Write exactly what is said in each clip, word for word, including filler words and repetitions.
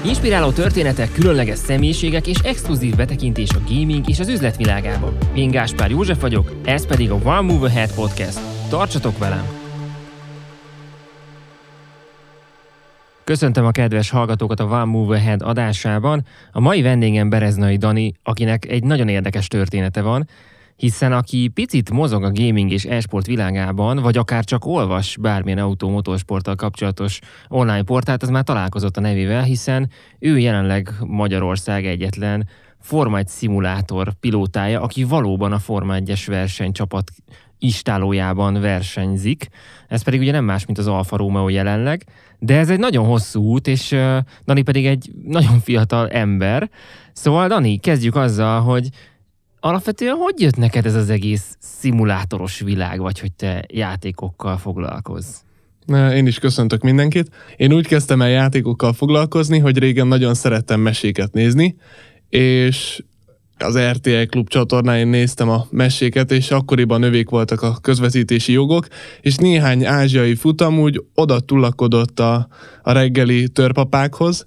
Inspiráló történetek, különleges személyiségek és exkluzív betekintés a gaming és az üzletvilágába. Én Gáspár József vagyok, ez pedig a One Move Ahead Podcast. Tartsatok velem! Köszöntöm a kedves hallgatókat a One Move Ahead adásában. A mai vendégem Bereznai Dani, akinek egy nagyon érdekes története van, hiszen aki picit mozog a gaming és e-sport világában, vagy akár csak olvas bármilyen autó-motorsporttal kapcsolatos online portált, az már találkozott a nevével, hiszen ő jelenleg Magyarország egyetlen Forma egy szimulátor pilótája, aki valóban a Forma egyes versenycsapat istálójában versenyzik. Ez pedig ugye nem más, mint az Alfa Romeo jelenleg, de ez egy nagyon hosszú út, és uh, Dani pedig egy nagyon fiatal ember. Szóval Dani, kezdjük azzal, hogy alapvetően hogy jött neked ez az egész szimulátoros világ, vagy hogy te játékokkal foglalkozz? Én is köszöntök mindenkit. Én úgy kezdtem el játékokkal foglalkozni, hogy régen nagyon szerettem meséket nézni, és az er té el Klub csatornáin néztem a meséket, és akkoriban övék voltak a közvetítési jogok, és néhány ázsiai futam úgy oda tullakodott a, a reggeli törpapákhoz,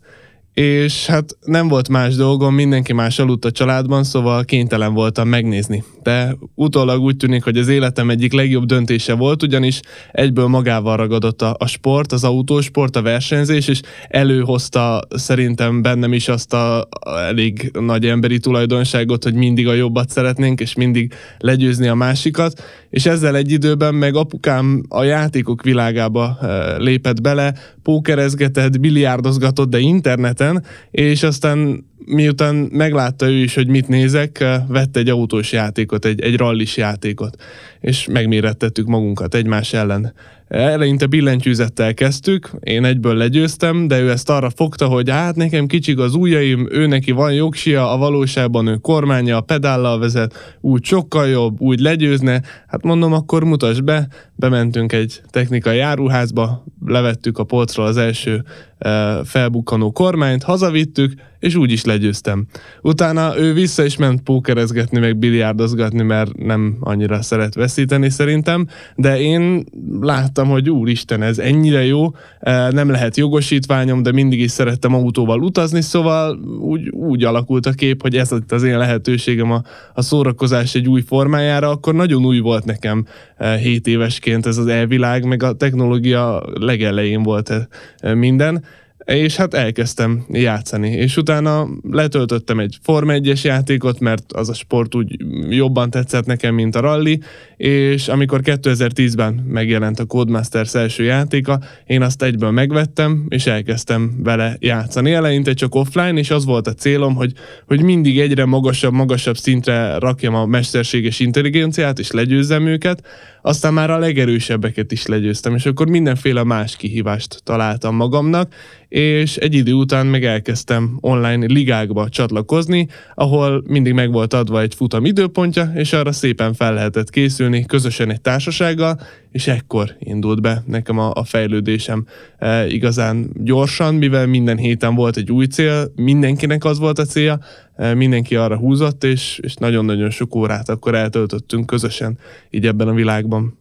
és hát nem volt más dolgom, mindenki más aludt a családban, szóval kénytelen voltam megnézni. De utólag úgy tűnik, hogy az életem egyik legjobb döntése volt, ugyanis egyből magával ragadott a, a sport, az autósport, a versenyzés, és előhozta szerintem bennem is azt a, a elég nagy emberi tulajdonságot, hogy mindig a jobbat szeretnénk, és mindig legyőzni a másikat, és ezzel egy időben meg apukám a játékok világába e, lépett bele, pókerezgetett, biliárdozgatott, de interneten, és aztán miután meglátta ő is, hogy mit nézek, vett egy autós játékot, egy, egy rallis játékot, és megmérettettük magunkat egymás ellen. Eleinte billentyűzettel kezdtük, én egyből legyőztem, de ő ezt arra fogta, hogy hát nekem kicsik az ujjaim, ő neki van jogsia, a valóságban ő kormánya, a pedállal vezet, úgy sokkal jobb, úgy legyőzne. Hát mondom, akkor mutasd be, bementünk egy technikai áruházba, levettük a polcról az első e, felbukkanó kormányt, hazavittük, és úgy is legyőztem. Utána ő vissza is ment pókerezgetni, meg biliárdozgatni, mert nem annyira szeret veszíteni szerintem, de én láttam, hogy úristen, ez ennyire jó, nem lehet jogosítványom, de mindig is szerettem autóval utazni, szóval úgy, úgy alakult a kép, hogy ez az én lehetőségem a, a szórakozás egy új formájára, akkor nagyon új volt nekem hét évesként ez az e-világ, meg a technológia legelején volt minden, és hát elkezdtem játszani, és utána letöltöttem egy Forma egyes játékot, mert az a sport úgy jobban tetszett nekem, mint a rally, és amikor kétezer-tízben megjelent a Codemasters első játéka, én azt egyből megvettem, és elkezdtem vele játszani. Eleinte csak offline, és az volt a célom, hogy, hogy mindig egyre magasabb, magasabb szintre rakjam a mesterséges intelligenciát, és legyőzzem őket, aztán már a legerősebbeket is legyőztem, és akkor mindenféle más kihívást találtam magamnak, és egy idő után meg elkezdtem online ligákba csatlakozni, ahol mindig meg volt adva egy futam időpontja, és arra szépen fel lehetett készülni közösen egy társasággal, és ekkor indult be nekem a, a fejlődésem e, igazán gyorsan, mivel minden héten volt egy új cél, mindenkinek az volt a célja, e, mindenki arra húzott, és, és nagyon-nagyon sok órát akkor eltöltöttünk közösen így ebben a világban.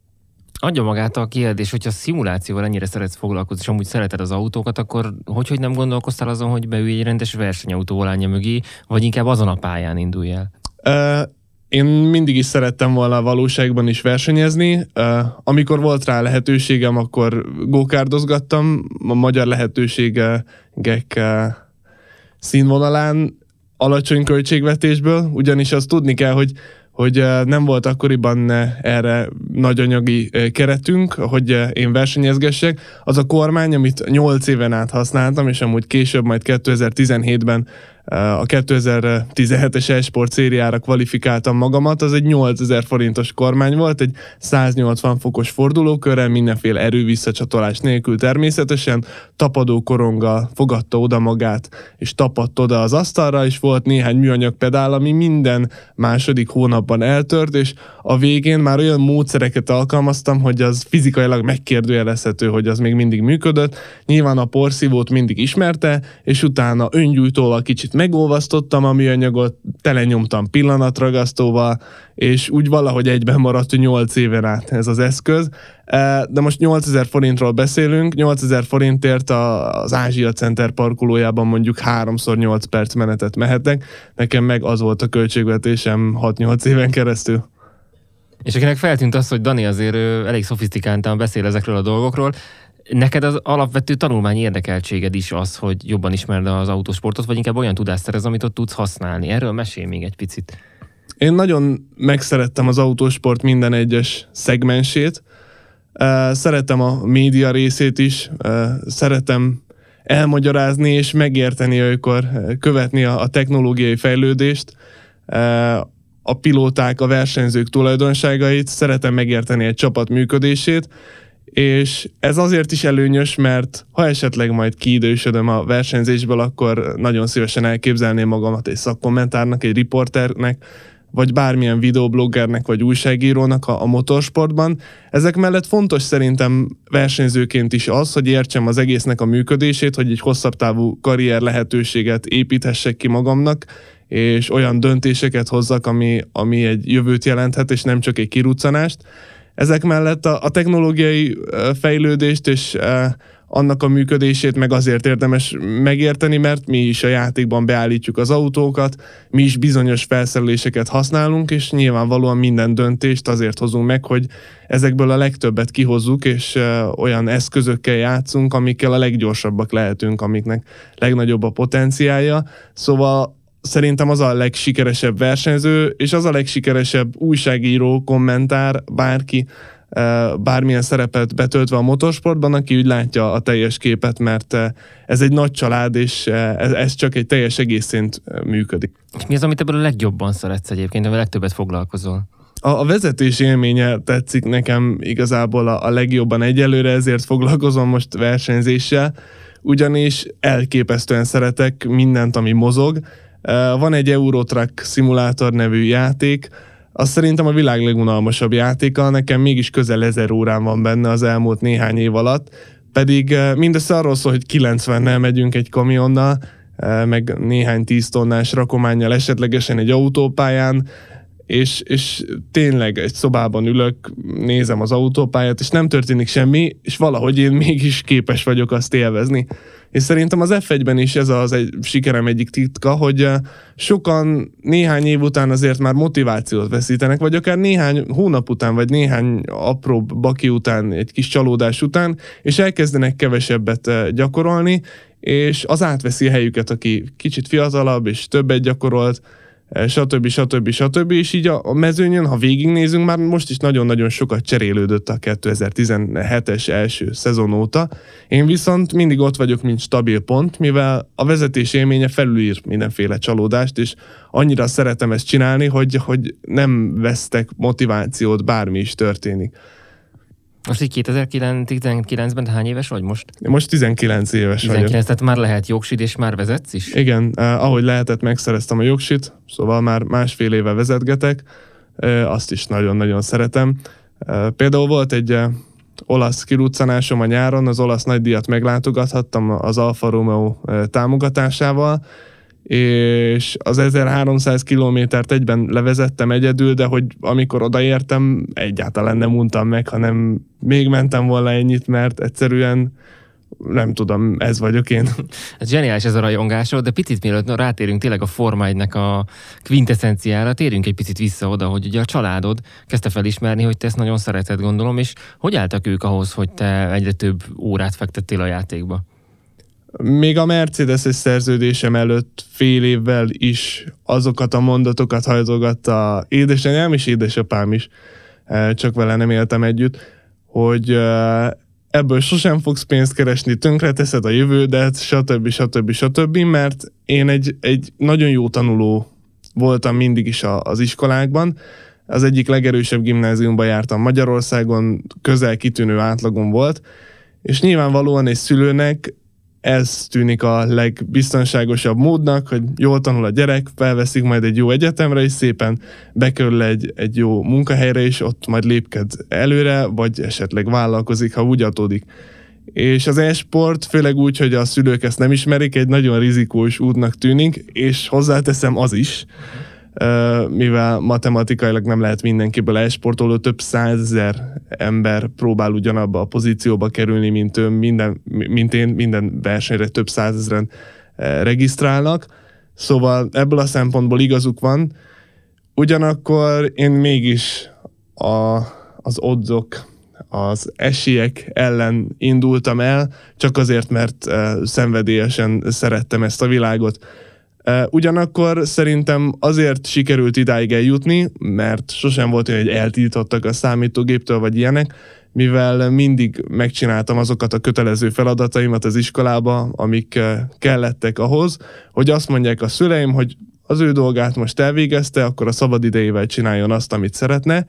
Adja magát a kérdés, hogyha szimulációval ennyire szeretsz foglalkozni, és amúgy szereted az autókat, akkor hogy, hogy nem gondolkoztál azon, hogy beülj egy rendes versenyautó volánja mögé, vagy inkább azon a pályán indulj el? Uh, én mindig is szerettem volna a valóságban is versenyezni. Uh, amikor volt rá lehetőségem, akkor go-kardozgattam a magyar lehetőségek uh, színvonalán, alacsony költségvetésből, ugyanis azt tudni kell, hogy hogy nem volt akkoriban erre nagy anyagi keretünk, hogy én versenyezgessek. Az a kormány, amit nyolc éven át használtam, és amúgy később, majd kétezer-tizenhétben a kétezer-tizenhetes e-sport szériára kvalifikáltam magamat, az egy nyolcezer forintos kormány volt, egy száznyolcvan fokos fordulókörrel, mindenféle erővisszacsatolás nélkül természetesen, tapadó koronggal fogadta oda magát, és tapadt oda az asztalra, és volt néhány műanyag pedál, ami minden második hónapban eltört, és a végén már olyan módszereket alkalmaztam, hogy az fizikailag megkérdőjelezhető, hogy az még mindig működött. Nyilván a porszívót mindig ismerte, és utána öngyújtóval kicsit kicsit megolvasztottam a műanyagot, telenyomtam pillanatragasztóval, és úgy valahogy egyben maradt, hogy nyolc éven át ez az eszköz. De most nyolcezer forintról beszélünk, nyolcezer forintért az Ázsia Center parkolójában mondjuk háromszor nyolc perc menetet mehetek. Nekem meg az volt a költségvetésem hat-nyolc éven keresztül. És akinek feltűnt az, hogy Dani azért elég szofisztikáltan beszél ezekről a dolgokról, neked az alapvető tanulmányi érdekeltséged is az, hogy jobban ismerd az autósportot, vagy inkább olyan tudást szerez, amit ott tudsz használni. Erről mesélj még egy picit. Én nagyon megszerettem az autósport minden egyes szegmensét. Szeretem a média részét is, szeretem elmagyarázni és megérteni, amikor követni a technológiai fejlődést, a pilóták, a versenyzők tulajdonságait, szeretem megérteni egy csapat működését, és ez azért is előnyös, mert ha esetleg majd kiidősödöm a versenyzésből, akkor nagyon szívesen elképzelném magamat egy szakkommentárnak, egy riporternek, vagy bármilyen videobloggernek, vagy újságírónak a, a motorsportban. Ezek mellett fontos szerintem versenyzőként is az, hogy értsem az egésznek a működését, hogy egy hosszabb távú karrier lehetőséget építhessek ki magamnak, és olyan döntéseket hozzak, ami, ami egy jövőt jelenthet, és nem csak egy kiruccanást. Ezek mellett a, a technológiai fejlődést és e, annak a működését meg azért érdemes megérteni, mert mi is a játékban beállítjuk az autókat, mi is bizonyos felszereléseket használunk, és nyilvánvalóan minden döntést azért hozunk meg, hogy ezekből a legtöbbet kihozzuk, és e, olyan eszközökkel játszunk, amikkel a leggyorsabbak lehetünk, amiknek legnagyobb a potenciálja. Szóval szerintem az a legsikeresebb versenyző, és az a legsikeresebb újságíró, kommentár, bárki, bármilyen szerepet betöltve a motorsportban, aki úgy látja a teljes képet, mert ez egy nagy család, és ez csak egy teljes egészként működik. És mi az, amit ebből a legjobban szeretsz egyébként, amivel legtöbbet foglalkozol? A, a vezetés élménye tetszik nekem igazából a, a legjobban egyelőre, ezért foglalkozom most versenyzéssel, ugyanis elképesztően szeretek mindent, ami mozog. Van egy Eurotrack Simulator nevű játék, az szerintem a világ legunalmasabb játéka, nekem mégis közel ezer órán van benne az elmúlt néhány év alatt, pedig mindössze arról szól, hogy kilencvennel megyünk egy kamionnal, meg néhány tíz tonnás rakománnyal esetlegesen egy autópályán, és, és tényleg egy szobában ülök, nézem az autópályát, és nem történik semmi, és valahogy én mégis képes vagyok azt élvezni. És szerintem az ef egyben is ez az egy sikerem egyik titka, hogy sokan néhány év után azért már motivációt veszítenek, vagy akár néhány hónap után, vagy néhány apró baki után, egy kis csalódás után, és elkezdenek kevesebbet gyakorolni, és az átveszi a helyüket, aki kicsit fiatalabb, és többet gyakorolt, stb. stb. stb. És így a mezőnyön, ha végignézünk, már most is nagyon-nagyon sokat cserélődött a kétezer-tizenhetes első szezon óta. Én viszont mindig ott vagyok, mint stabil pont, mivel a vezetés élménye felülír mindenféle csalódást, és annyira szeretem ezt csinálni, hogy, hogy nem vesztek motivációt, bármi is történik. Most így kétezer-tizenkilencben hány éves vagy most? Most tizenkilenc éves tizenkilenc, vagyok. Tehát már lehet jogsid, és már vezetsz is? Igen, eh, ahogy lehetett, megszereztem a jogsit, szóval már másfél éve vezetgetek, eh, azt is nagyon-nagyon szeretem. Eh, például volt egy eh, olasz kiruccanásom a nyáron, az olasz nagydíjat meglátogathattam az Alfa Romeo eh, támogatásával, és az ezerháromszáz kilométert egyben levezettem egyedül, de hogy amikor odaértem, egyáltalán nem untam meg, hanem még mentem volna ennyit, mert egyszerűen nem tudom, ez vagyok én. Ez zseniális ez a rajongásod, de picit mielőtt rátérünk tényleg a Forma egynek a quintessenciára, térjünk egy picit vissza oda, hogy ugye a családod kezdte felismerni, hogy te ezt nagyon szereted, gondolom, és hogy álltak ők ahhoz, hogy te egyre több órát fektettél a játékba? Még a Mercedes-es szerződésem előtt fél évvel is azokat a mondatokat hajtogatta édesanyám és édesapám is, csak vele nem éltem együtt, hogy ebből sosem fogsz pénzt keresni, tönkreteszed a jövődet, stb. stb. stb. Mert én egy, egy nagyon jó tanuló voltam mindig is az iskolákban. Az egyik legerősebb gimnáziumban jártam Magyarországon, közel kitűnő átlagom volt, és nyilvánvalóan egy szülőnek ez tűnik a legbiztonságosabb módnak, hogy jól tanul a gyerek, felveszik majd egy jó egyetemre, és szépen bekerül egy, egy jó munkahelyre, és ott majd lépked előre, vagy esetleg vállalkozik, ha úgy adódik. És az e-sport, főleg úgy, hogy a szülők ezt nem ismerik, egy nagyon rizikós útnak tűnik, és hozzáteszem az is, mivel matematikailag nem lehet mindenkiből e-sportoló, több százezer ember próbál ugyanabba a pozícióba kerülni, mint, ő, minden, mint én, minden versenyre több százezren regisztrálnak, szóval ebből a szempontból igazuk van. Ugyanakkor én mégis a, az oddsok, az esélyek ellen indultam el, csak azért, mert uh, szenvedélyesen szerettem ezt a világot. Uh, ugyanakkor szerintem azért sikerült idáig eljutni, mert sosem volt olyan, hogy eltiltottak a számítógéptől, vagy ilyenek, mivel mindig megcsináltam azokat a kötelező feladataimat az iskolába, amik uh, kellettek ahhoz, hogy azt mondják a szüleim, hogy az ő dolgát most elvégezte, akkor a szabad idejével csináljon azt, amit szeretne.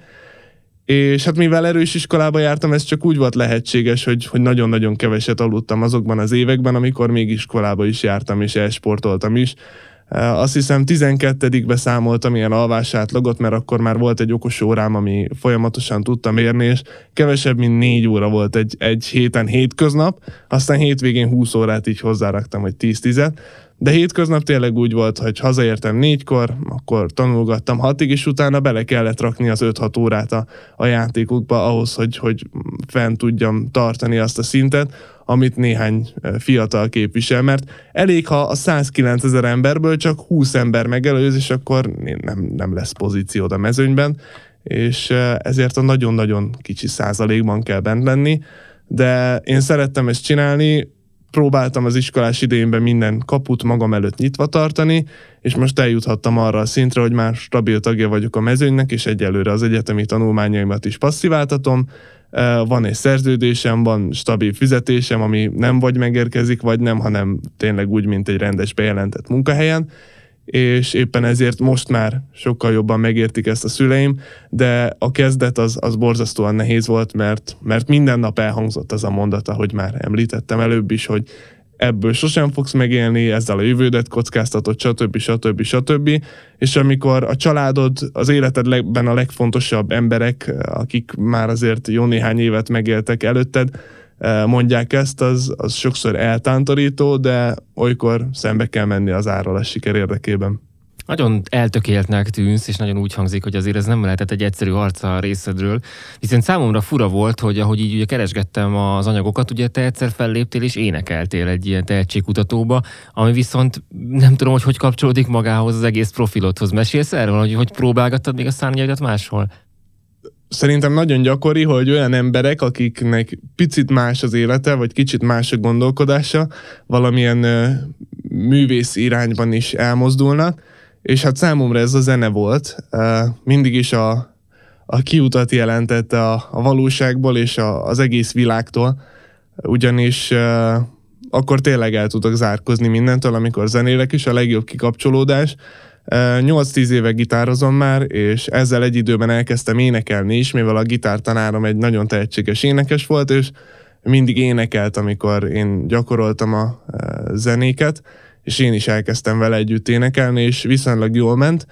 És hát mivel erős iskolába jártam, ez csak úgy volt lehetséges, hogy, hogy nagyon-nagyon keveset aludtam azokban az években, amikor még iskolába is jártam, és elsportoltam is. Azt hiszem tizenkettedikbe számoltam ilyen alvásátlagot, mert akkor már volt egy okos órám, ami folyamatosan tudtam érni, és kevesebb, mint négy óra volt egy, egy héten hétköznap, aztán hétvégén húsz órát így hozzáraktam, hogy tíz-tízet. De hétköznap tényleg úgy volt, hogy hazaértem négykor, akkor tanulgattam hatig, és utána bele kellett rakni az öt-hat órát a, a játékokba ahhoz, hogy, hogy fent tudjam tartani azt a szintet, amit néhány fiatal képvisel, mert elég, ha a százkilencezer emberből csak húsz ember megelőz, és akkor nem, nem lesz pozíciód a mezőnyben, és ezért a nagyon-nagyon kicsi százalékban kell bent lenni, de én szerettem ezt csinálni, próbáltam az iskolás idejénben minden kaput magam előtt nyitva tartani, és most eljuthattam arra a szintre, hogy már stabil tagja vagyok a mezőnynek, és egyelőre az egyetemi tanulmányaimat is passziváltatom. Van egy szerződésem, van stabil fizetésem, ami nem vagy megérkezik, vagy nem, hanem tényleg úgy, mint egy rendes bejelentett munkahelyen, és éppen ezért most már sokkal jobban megértik ezt a szüleim, de a kezdet az, az borzasztóan nehéz volt, mert, mert minden nap elhangzott az a mondata, hogy már említettem előbb is, hogy ebből sosem fogsz megélni, ezzel a jövődet kockáztatod, stb. stb. stb. És amikor a családod, az életedben a legfontosabb emberek, akik már azért jó néhány évet megéltek előtted, mondják ezt, az, az sokszor eltántorító, de olykor szembe kell menni az árral a siker érdekében. Nagyon eltökéltnek tűnsz, és nagyon úgy hangzik, hogy azért ez nem lehetett egy egyszerű harca a részedről. Viszont számomra fura volt, hogy ahogy így ugye keresgettem az anyagokat, ugye te egyszer felléptél és énekeltél egy ilyen tehetségkutatóba, ami viszont nem tudom, hogy hogy kapcsolódik magához az egész profilodhoz. Mesélsz erről, hogy hogy próbálgattad még a szárnyaidat máshol? Szerintem nagyon gyakori, hogy olyan emberek, akiknek picit más az élete, vagy kicsit más a gondolkodása, valamilyen ö, művész irányban is elmozdulnak, és hát számomra ez a zene volt. Uh, mindig is a, a kiutat jelentette a, a valóságból és a, az egész világtól, ugyanis uh, akkor tényleg el tudok zárkozni mindentől, amikor zenélek is, a legjobb kikapcsolódás. Uh, nyolc-tíz éve gitározom már, és ezzel egy időben elkezdtem énekelni is, mivel a gitártanárom egy nagyon tehetséges énekes volt, és mindig énekelt, amikor én gyakoroltam a uh, zenéket, és én is elkezdtem vele együtt énekelni, és viszonylag jól ment,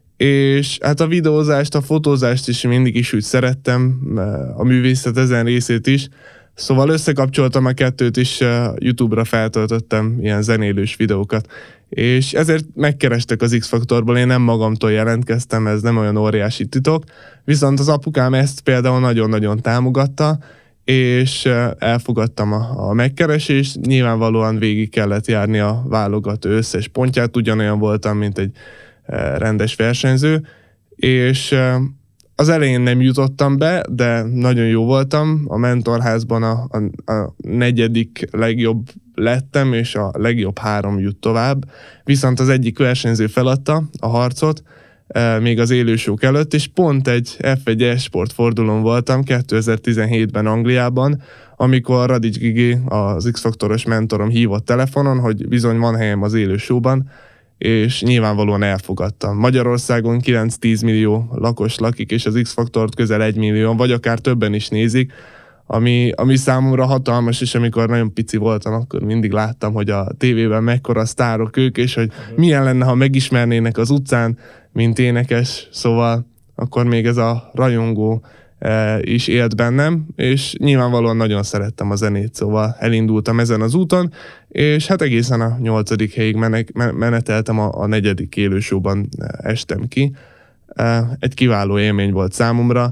és hát a videózást, a fotózást is mindig is úgy szerettem, a művészet ezen részét is, szóval összekapcsoltam a kettőt, és YouTube-ra feltöltöttem ilyen zenélős videókat, és ezért megkerestek az X-Faktorból, én nem magamtól jelentkeztem, ez nem olyan óriási titok, viszont az apukám ezt például nagyon-nagyon támogatta, és elfogadtam a, a megkeresést, nyilvánvalóan végig kellett járni a válogató összes pontját, ugyanolyan voltam, mint egy rendes versenyző, és az elején nem jutottam be, de nagyon jó voltam, a mentorházban a, a, a negyedik legjobb lettem, és a legjobb három jut tovább, viszont az egyik versenyző feladta a harcot, még az élősók előtt, és pont egy ef egy e-sport fordulón voltam kétezer-tizenhétben Angliában, amikor Radics Gigi, az X-faktoros mentorom hívott telefonon, hogy bizony van helyem az élősóban, és nyilvánvalóan elfogadtam. Magyarországon kilenc-tíz millió lakos lakik, és az X-faktort közel egy millió, vagy akár többen is nézik, ami, ami számomra hatalmas, és amikor nagyon pici voltam, akkor mindig láttam, hogy a tévében mekkora sztárok ők, és hogy milyen lenne, ha megismernének az utcán, mint énekes, szóval akkor még ez a rajongó is élt bennem, és nyilvánvalóan nagyon szerettem a zenét, szóval elindultam ezen az úton, és hát egészen a nyolcadik helyig meneteltem, a, a negyedik élősóban estem ki. Egy kiváló élmény volt számomra,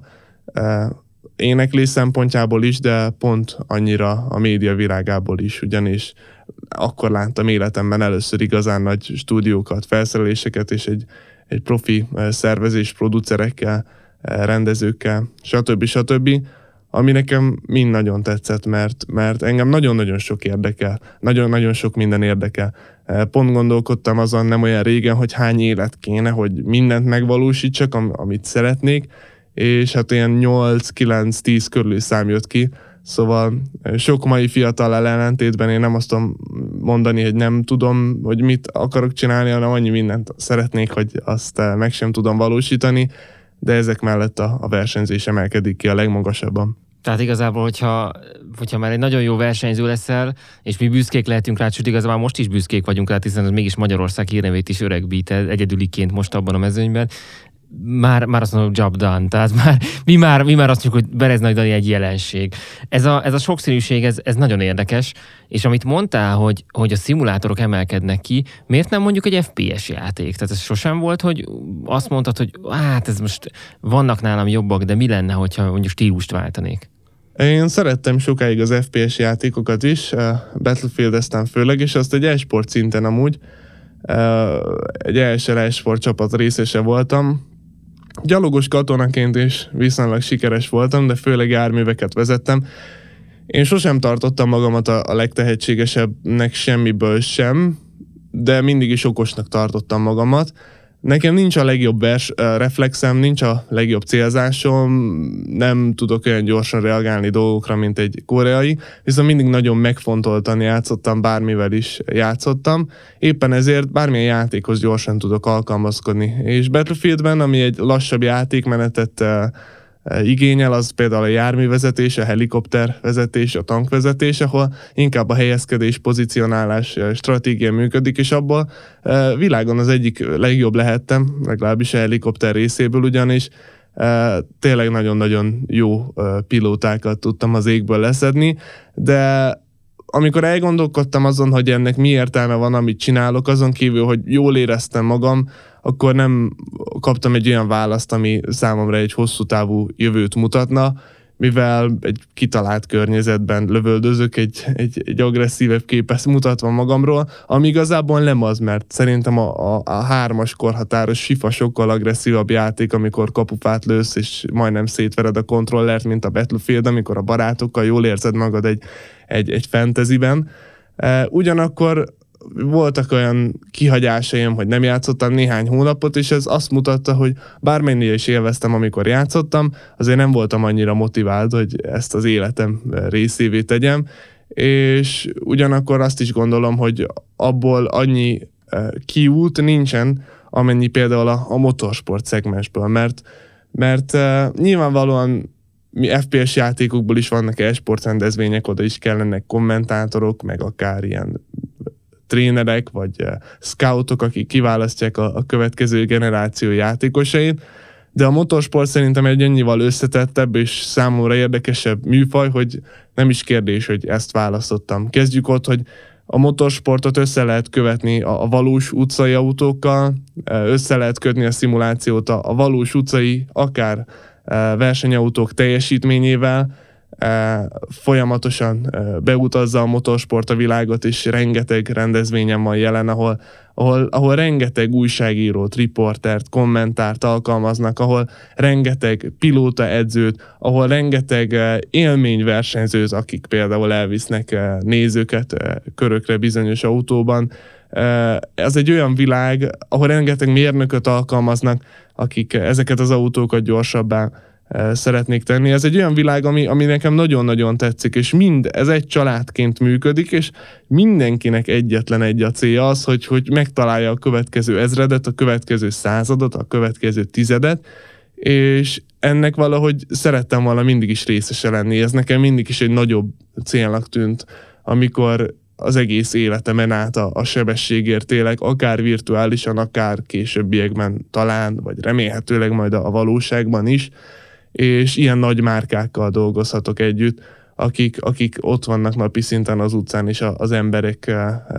éneklés szempontjából is, de pont annyira a média világából is, ugyanis akkor láttam életemben először igazán nagy stúdiókat, felszereléseket, és egy, egy profi szervezés, producerekkel, rendezőkkel, stb. stb., ami nekem mind nagyon tetszett, mert, mert engem nagyon-nagyon sok érdekel, nagyon-nagyon sok minden érdekel. Pont gondolkodtam azon nem olyan régen, hogy hány élet kéne, hogy mindent megvalósítsak, amit szeretnék, és hát olyan nyolc kilenc tíz körül szám jött ki, szóval sok mai fiatal ellentétben én nem azt tudom mondani, hogy nem tudom, hogy mit akarok csinálni, hanem annyi mindent szeretnék, hogy azt meg sem tudom valósítani, de ezek mellett a, a versenyzés emelkedik ki a legmagasabban. Tehát igazából, hogyha, hogyha már egy nagyon jó versenyző leszel, és mi büszkék lehetünk rá, sőt igazából most is büszkék vagyunk rá, hiszen ez mégis Magyarország hírnevét is öregbíted egyedüliként most abban a mezőnyben, Már, már azt mondom, job done. Tehát már, mi, már, mi már azt mondjuk, hogy Bereznai Dani egy jelenség. Ez a, ez a sokszínűség, ez, ez nagyon érdekes, és amit mondtál, hogy, hogy a szimulátorok emelkednek ki, miért nem mondjuk egy ef pé es játék? Tehát ez sosem volt, hogy azt mondtad, hogy hát ez most vannak nálam jobbak, de mi lenne, hogyha mondjuk stílust váltanék? Én szerettem sokáig az ef pé es játékokat is, Battlefield aztán főleg, és azt egy e-sport szinten amúgy, egy e es el e-sport csapat részese voltam. Gyalogos katonaként is viszonylag sikeres voltam, de főleg járműveket vezettem. Én sosem tartottam magamat a legtehetségesebbnek semmiből sem, de mindig is okosnak tartottam magamat. Nekem nincs a legjobb vers, reflexem, nincs a legjobb célzásom, nem tudok olyan gyorsan reagálni dolgokra, mint egy koreai, viszont mindig nagyon megfontoltan játszottam, bármivel is játszottam. Éppen ezért bármilyen játékhoz gyorsan tudok alkalmazkodni. És Battlefieldben, ami egy lassabb játékmenetet igényel, az például a járművezetés, a helikoptervezetés, a tankvezetés, ahol inkább a helyezkedés, pozicionálás, stratégia működik, és abból világon az egyik legjobb lehettem, legalábbis a helikopter részéből, ugyanis tényleg nagyon-nagyon jó pilótákat tudtam az égből leszedni, de amikor elgondolkodtam azon, hogy ennek mi értelme van, amit csinálok, azon kívül, hogy jól éreztem magam, akkor nem kaptam egy olyan választ, ami számomra egy hosszú távú jövőt mutatna, mivel egy kitalált környezetben lövöldözök, egy, egy, egy agresszívebb képet mutatva magamról, ami igazából nem az, mert szerintem a, a, a hármas korhatáros FIFA sokkal agresszívabb játék, amikor kapufát lősz, és majdnem szétvered a kontrollert, mint a Battlefield, amikor a barátokkal jól érzed magad egy, egy, egy fantasyben. Ugyanakkor voltak olyan kihagyásaim, hogy nem játszottam néhány hónapot, és ez azt mutatta, hogy bármennyire is élveztem, amikor játszottam, azért nem voltam annyira motivált, hogy ezt az életem részévé tegyem, és ugyanakkor azt is gondolom, hogy abból annyi kiút nincsen, amennyi például a, a motorsport szegmensből, mert, mert uh, nyilvánvalóan mi ef pé es játékokból is vannak e-sport rendezvények, oda is kellenek kommentátorok, meg akár ilyen trénerek, vagy uh, scoutok, akik kiválasztják a, a következő generáció játékosait, de a motorsport szerintem egy annyival összetettebb és számomra érdekesebb műfaj, hogy nem is kérdés, hogy ezt választottam. Kezdjük ott, hogy a motorsportot össze lehet követni a, a valós utcai autókkal, össze lehet kötni a szimulációt a, a valós utcai, akár versenyautók teljesítményével, folyamatosan beutazza a motorsport a világot, és rengeteg rendezvényen van jelen, ahol, ahol, ahol rengeteg újságírót, riportert, kommentárt alkalmaznak, ahol rengeteg pilóta edzőt, ahol rengeteg élményversenyzőt, akik például elvisznek nézőket körökre bizonyos autóban. Ez egy olyan világ, ahol rengeteg mérnököt alkalmaznak, akik ezeket az autókat gyorsabbá szeretnék tenni. Ez egy olyan világ, ami, ami nekem nagyon-nagyon tetszik, és mind ez egy családként működik, és mindenkinek egyetlen egy a célja az, hogy, hogy megtalálja a következő ezredet, a következő századot, a következő tizedet, és ennek valahogy szerettem volna mindig is részese lenni. Ez nekem mindig is egy nagyobb célnak tűnt, amikor az egész életemen át a, a sebességért élek, akár virtuálisan, akár későbbiekben talán, vagy remélhetőleg majd a, a valóságban is. és ilyen nagy márkákkal dolgozhatok együtt, akik, akik ott vannak napi szinten az utcán és az emberek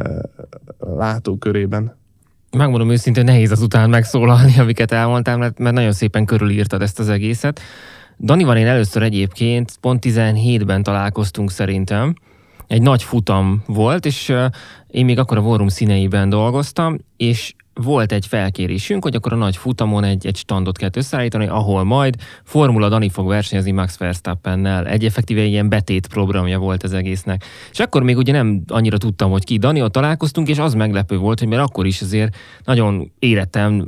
látókörében. Megmondom őszintén, nehéz azután megszólalni, amiket elmondtál, mert, mert nagyon szépen körülírtad ezt az egészet. Danival én először egyébként pont tizenhétben találkoztunk szerintem. Egy nagy futam volt, és én még akkor a War Room színeiben dolgoztam, és volt egy felkérésünk, hogy akkor a nagy futamon egy, egy standot kell összeállítani, ahol majd Formula Dani fog versenyezni Max Verstappennel. Egy effektíve ilyen betét programja volt az egésznek. És akkor még ugye nem annyira tudtam, hogy ki Dani, ott találkoztunk, és az meglepő volt, hogy mert akkor is azért nagyon éretten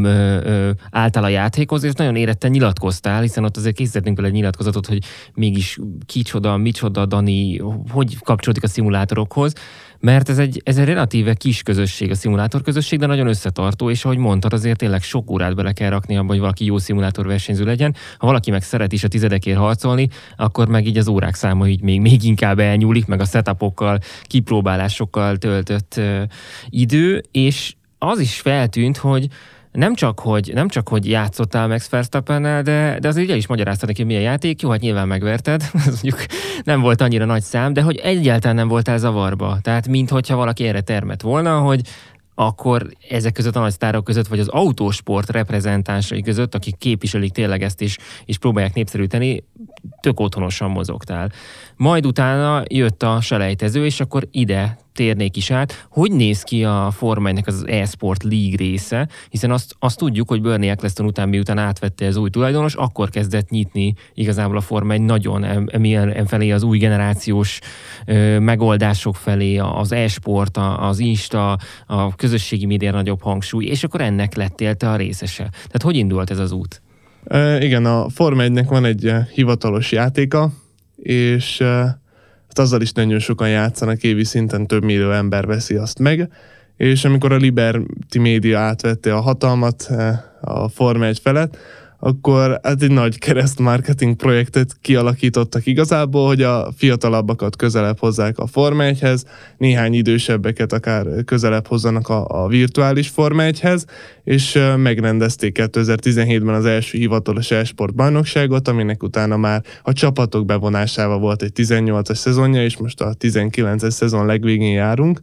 álltál a játékhoz, és nagyon éretten nyilatkoztál, hiszen ott azért készítettünk vele egy nyilatkozatot, hogy mégis kicsoda, micsoda Dani, hogy kapcsolódik a szimulátorokhoz. Mert ez egy, ez egy relatíve kis közösség, a szimulátor közösség, de nagyon összetartó, és ahogy mondtad, azért tényleg sok órát bele kell rakni abba, hogy valaki jó szimulátor versenyző legyen. Ha valaki meg szeret is a tizedekért harcolni, akkor meg így az órák száma így még, még inkább elnyúlik, meg a setupokkal, kipróbálásokkal töltött uh, idő, és az is feltűnt, hogy Nem csak, hogy, nem csak, hogy játszottál Max Verstappennel, de, de azért ugye is magyaráztad neki, milyen játék. Jó, hát nyilván megverted, ez mondjuk nem volt annyira nagy szám, de hogy egyáltalán nem voltál zavarba. Tehát minthogyha valaki erre termett volna, hogy akkor ezek között a nagy sztárok között, vagy az autósport reprezentánsai között, akik képviselik tényleg ezt is, és próbálják népszerűteni, tök otthonosan mozogtál. Majd utána jött a selejtező, és akkor ide térnék is át. Hogy néz ki a Forma egynek az e-sport league része? Hiszen azt, azt tudjuk, hogy Bernie Eccleston után, miután átvette az új tulajdonos, akkor kezdett nyitni igazából a Forma egy nagyon emilyen felé az új generációs ö, megoldások felé, az e-sport, az Insta, a közösségi média nagyobb hangsúly, és akkor ennek lettél te a részese. Tehát hogy indult ez az út? E, igen, a Forma egynek van egy hivatalos játéka, és e, azzal is nagyon sokan játszanak, évi szinten több millió ember veszi azt meg, és amikor a Liberty Media átvette a hatalmat a Forma egy felett, akkor hát egy nagy keresztmarketing projektet kialakítottak igazából, hogy a fiatalabbakat közelebb hozzák a Forma egyhez, néhány idősebbeket akár közelebb hozzanak a, a virtuális Forma egyhez, és megrendezték kétezer-tizenhétben az első hivatalos e-sport bajnokságot, aminek utána már a csapatok bevonásával volt egy tizennyolcas szezonja, és most a tizenkilences szezon legvégén járunk.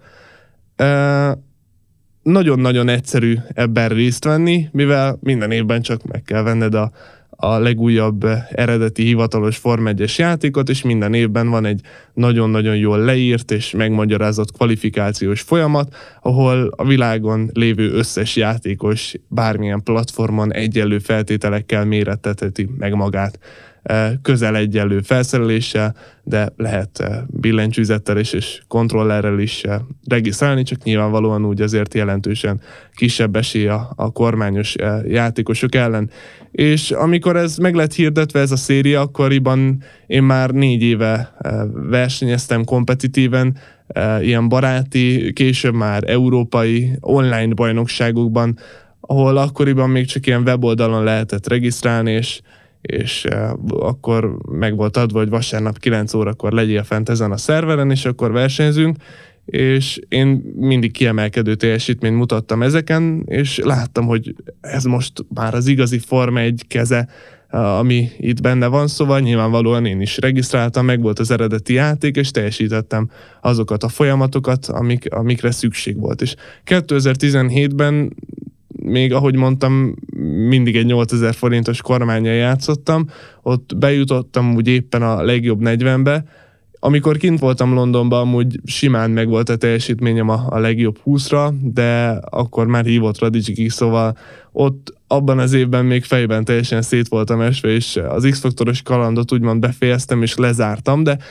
E- Nagyon-nagyon egyszerű ebben részt venni, mivel minden évben csak meg kell venned a, a legújabb eredeti hivatalos Forma egyes játékot, és minden évben van egy nagyon-nagyon jól leírt és megmagyarázott kvalifikációs folyamat, ahol a világon lévő összes játékos bármilyen platformon egyenlő feltételekkel mérettetheti meg magát. Közel egyenlő felszereléssel, de lehet billentyűzettel is és kontrollerrel is regisztrálni, csak nyilvánvalóan úgy azért jelentősen kisebb esély a, a kormányos játékosok ellen. És amikor ez meg lett hirdetve, ez a széria, akkoriban én már négy éve versenyeztem kompetitíven, ilyen baráti, később már európai online bajnokságokban, ahol akkoriban még csak ilyen weboldalon lehetett regisztrálni, és és uh, akkor meg volt adva, hogy vasárnap kilenc órakor legyél fent ezen a szerveren, és akkor versenyzünk, és én mindig kiemelkedő teljesítményt mutattam ezeken, és láttam, hogy ez most már az igazi Forma egy keze, uh, ami itt benne van, szóval nyilvánvalóan én is regisztráltam, meg volt az eredeti játék, és teljesítettem azokat a folyamatokat, amik, amikre szükség volt. És kétezer-tizenhétben még, ahogy mondtam, mindig egy nyolcezer forintos kormánnyal játszottam, ott bejutottam úgy éppen a legjobb negyvenbe. Amikor kint voltam Londonban, amúgy simán meg volt a teljesítményem a, a legjobb húszra, de akkor már hívott Radicsiki, szóval ott abban az évben még fejben teljesen szét voltam esve, és az X-faktoros kalandot úgymond befejeztem és lezártam, de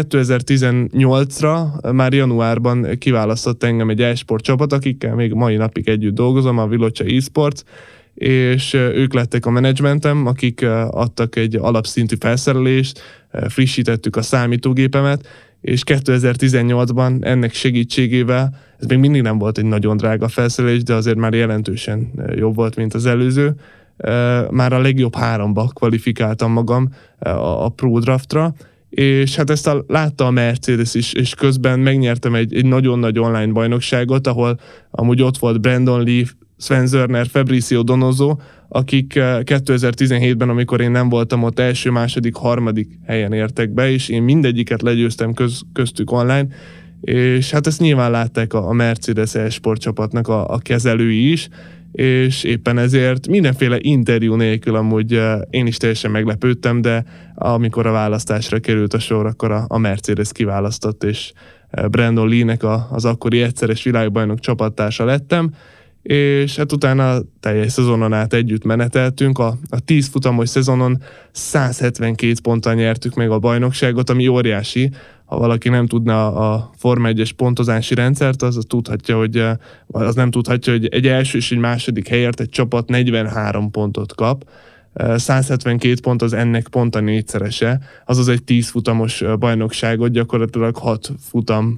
kétezer-tizennyolcra, már januárban kiválasztott engem egy e-sport csapat, akikkel még mai napig együtt dolgozom, a Vilocsa eSports, és ők lettek a menedzsmentem, akik adtak egy alapszintű felszerelést, frissítettük a számítógépemet, és kétezer-tizennyolcban ennek segítségével, ez még mindig nem volt egy nagyon drága felszerelés, de azért már jelentősen jobb volt, mint az előző, már a legjobb háromba kvalifikáltam magam a Pro Draftra, és hát ezt a, látta a Mercedes is, és közben megnyertem egy, egy nagyon nagy online bajnokságot, ahol amúgy ott volt Brandon Lee, Sven Zörner, Fabricio Donoso, akik kétezer-tizenhétben, amikor én nem voltam ott, első, második, harmadik helyen értek be, és én mindegyiket legyőztem köz, köztük online, és hát ezt nyilván látták a, a Mercedes e-sport csapatnak a, a kezelői is, és éppen ezért mindenféle interjú nélkül amúgy én is teljesen meglepődtem, de amikor a választásra került a sor, akkor a, a Mercedes kiválasztott, és Brandon Lee-nek a, az akkori egyszeres világbajnok csapattársa lettem, és hát utána teljes szezonon át együtt meneteltünk. A, a tíz futamos szezonon száz hetvenkét ponttal nyertük meg a bajnokságot, ami óriási. Ha valaki nem tudna a Forma egyes pontozási rendszert, az, az tudhatja, hogy az nem tudhatja, hogy egy első és egy második helyért egy csapat negyvenhárom pontot kap. száz hetvenkét pont az ennek pont a négyszerese, azaz egy tíz futamos bajnokságot gyakorlatilag hat futam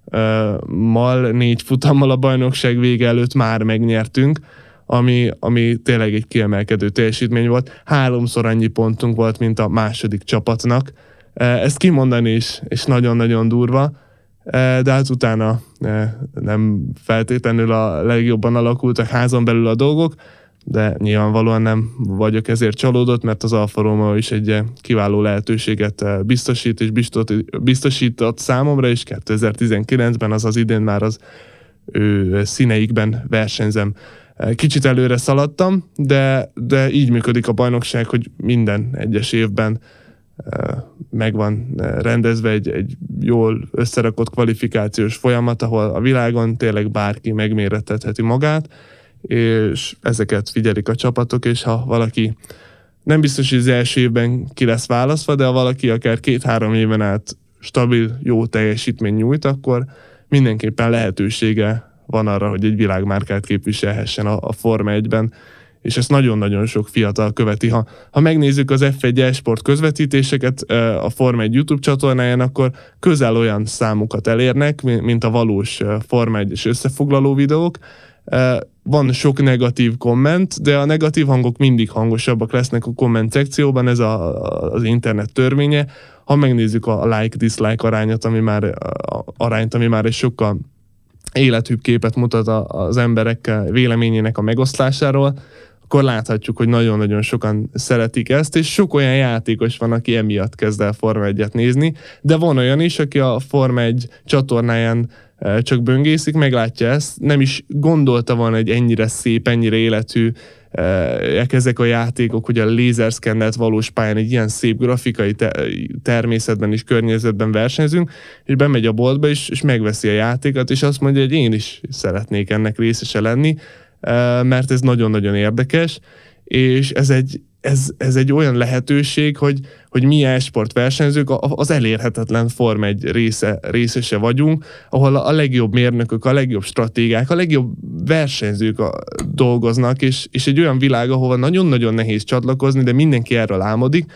mal, négy futammal a bajnokság vége előtt már megnyertünk, ami, ami tényleg egy kiemelkedő teljesítmény volt. Háromszor annyi pontunk volt, mint a második csapatnak. Ezt kimondani is, és nagyon-nagyon durva, de hát utána nem feltétlenül a legjobban alakultak házon belül a dolgok, de nyilvánvalóan nem vagyok ezért csalódott, mert az Alfa Romeo is egy kiváló lehetőséget biztosít és biztosított számomra, és kétezer-tizenkilencben, azaz idén már az ő színeikben versenyzem. Kicsit előre szaladtam, de, de így működik a bajnokság, hogy minden egyes évben meg van rendezve egy, egy jól összerakott kvalifikációs folyamat, ahol a világon tényleg bárki megméretetheti magát, és ezeket figyelik a csapatok, és ha valaki nem biztos, hogy az első évben ki lesz választva, de ha valaki akár két-három éven át stabil, jó teljesítmény nyújt, akkor mindenképpen lehetősége van arra, hogy egy világmárkát képviselhessen a, a Forma egyben, és ezt nagyon-nagyon sok fiatal követi. Ha, ha megnézzük az ef egy e-sport közvetítéseket a Forma egy YouTube csatornáján, akkor közel olyan számokat elérnek, mint a valós Forma egyes összefoglaló videók. Van sok negatív komment, de a negatív hangok mindig hangosabbak lesznek a komment szekcióban, ez a, az internet törvénye. Ha megnézzük a like-dislike arányot, ami már, a, arányt, ami már egy sokkal élethűbb képet mutat az emberek véleményének a megoszlásáról, akkor láthatjuk, hogy nagyon-nagyon sokan szeretik ezt, és sok olyan játékos van, aki emiatt kezd el Forma egyet nézni, de van olyan is, aki a Forma egy csatornáján csak böngészik, meglátja ezt, nem is gondolta volna, hogy ennyire szép, ennyire életű ezek a játékok, hogy a lézerszkennelt valós pályán egy ilyen szép grafikai természetben és környezetben versenyzünk, és bemegy a boltba is, és megveszi a játékot, és azt mondja, hogy én is szeretnék ennek részese lenni, mert ez nagyon-nagyon érdekes, és ez egy, ez, ez egy olyan lehetőség, hogy, hogy mi e-sport versenyzők az elérhetetlen Forma egy része, részese vagyunk, ahol a legjobb mérnökök, a legjobb stratégák, a legjobb versenyzők dolgoznak, és, és egy olyan világ, ahova nagyon-nagyon nehéz csatlakozni, de mindenki erről álmodik,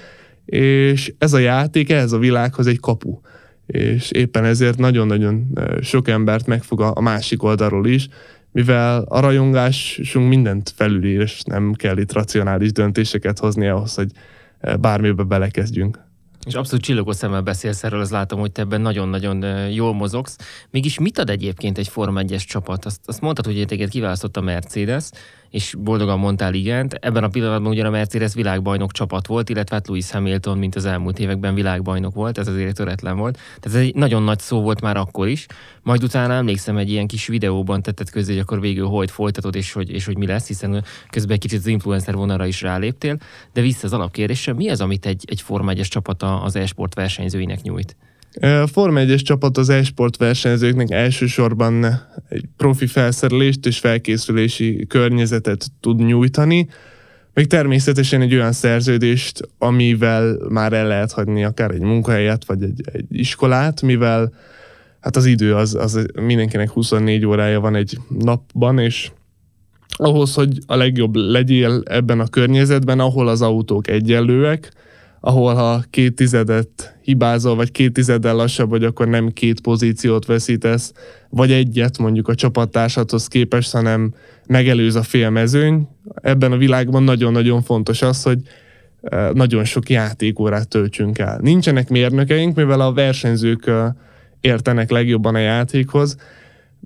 és ez a játék, ez a világhoz egy kapu. És éppen ezért nagyon-nagyon sok embert megfog a másik oldalról is, mivel a rajongásunk mindent felülír, és nem kell itt racionális döntéseket hozni ahhoz, hogy bármibe belekezdjünk. És abszolút csillogos szemmel beszélsz erről, az látom, hogy te ebben nagyon-nagyon jól mozogsz. Mégis mit ad egyébként egy Forma egyes csapat? Azt, azt mondtad, hogy téged kiválasztott a Mercedes, és boldogan mondtál igent. Ebben a pillanatban ugyan a Mercedes világbajnok csapat volt, illetve hát Lewis Hamilton, mint az elmúlt években világbajnok volt, ez azért töretlen volt. Tehát ez egy nagyon nagy szó volt már akkor is. Majd utána emlékszem, egy ilyen kis videóban tetted közé, hogy akkor végül hogy folytatod, és hogy, és hogy mi lesz, hiszen közben egy kicsit az influencer vonalra is ráléptél. De vissza az alapkérdésre, mi az, amit egy, egy Forma egyes csapata az e-sport versenyzőinek nyújt? A Forma egyes csapat az e-sport versenyzőknek elsősorban egy profi felszerelést és felkészülési környezetet tud nyújtani, meg természetesen egy olyan szerződést, amivel már el lehet hagyni akár egy munkahelyet, vagy egy, egy iskolát, mivel hát az idő az, az mindenkinek huszonnégy órája van egy napban, és ahhoz, hogy a legjobb legyél ebben a környezetben, ahol az autók egyenlőek, ahol ha két tizedet hibázol, vagy két tizeddel lassabb vagy, akkor nem két pozíciót veszítesz, vagy egyet mondjuk a csapattársadhoz képest, hanem megelőz a fél mezőny. Ebben a világban nagyon-nagyon fontos az, hogy nagyon sok játékórát töltsünk el. Nincsenek mérnökeink, mivel a versenyzők értenek legjobban a játékhoz,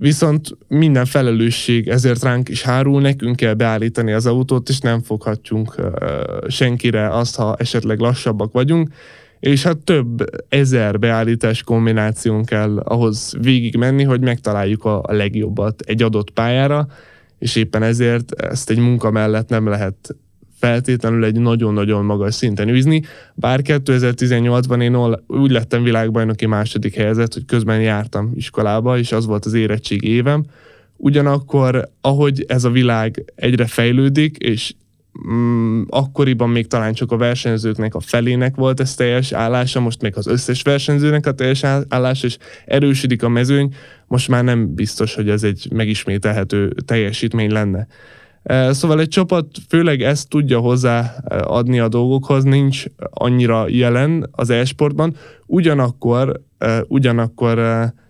Viszont minden felelősség ezért ránk is hárul, nekünk kell beállítani az autót, és nem foghatjunk uh, senkire azt, ha esetleg lassabbak vagyunk, és hát több ezer beállítás kombináción kell ahhoz végig menni, hogy megtaláljuk a, a legjobbat egy adott pályára, és éppen ezért ezt egy munka mellett nem lehet feltétlenül egy nagyon-nagyon magas szinten űzni, bár kétezer-tizennyolcban én úgy lettem világbajnoki második helyezett, hogy közben jártam iskolába, és az volt az érettségi évem. Ugyanakkor, ahogy ez a világ egyre fejlődik, és mm, akkoriban még talán csak a versenyzőknek a felének volt ez teljes állása, most még az összes versenyzőnek a teljes állása, és erősödik a mezőny, most már nem biztos, hogy ez egy megismételhető teljesítmény lenne. Szóval egy csapat főleg ezt tudja hozzáadni a dolgokhoz, nincs annyira jelen az e-sportban, ugyanakkor, ugyanakkor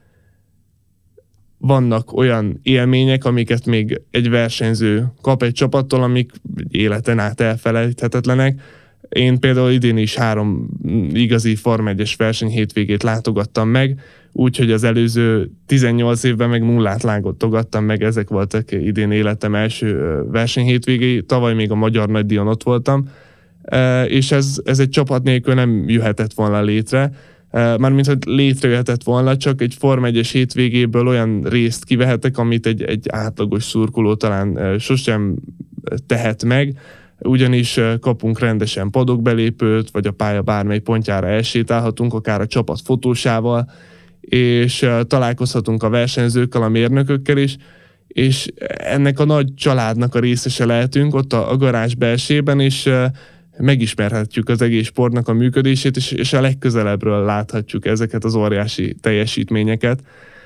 vannak olyan élmények, amiket még egy versenyző kap egy csapattól, amik életen át elfelejthetetlenek. Én például idén is három igazi Forma egyes verseny hétvégét látogattam meg, úgyhogy az előző tizennyolc évben meg nullát látogattam meg, ezek voltak idén életem első verseny hétvégéi, tavaly még a Magyar Nagydíjon ott voltam, és ez, ez egy csapat nélkül nem jöhetett volna létre, mármint, hogy létrejöhetett volna, csak egy Forma egyes hétvégéből olyan részt kivehetek, amit egy, egy átlagos szurkoló talán sosem tehet meg, ugyanis kapunk rendesen padokbelépőt, vagy a pálya bármely pontjára elsétálhatunk, akár a csapat fotósával, és találkozhatunk a versenyzőkkel, a mérnökökkel is, és ennek a nagy családnak a részese lehetünk ott a, a garázs belsében, és megismerhetjük az egész sportnak a működését, és, és a legközelebbről láthatjuk ezeket az óriási teljesítményeket.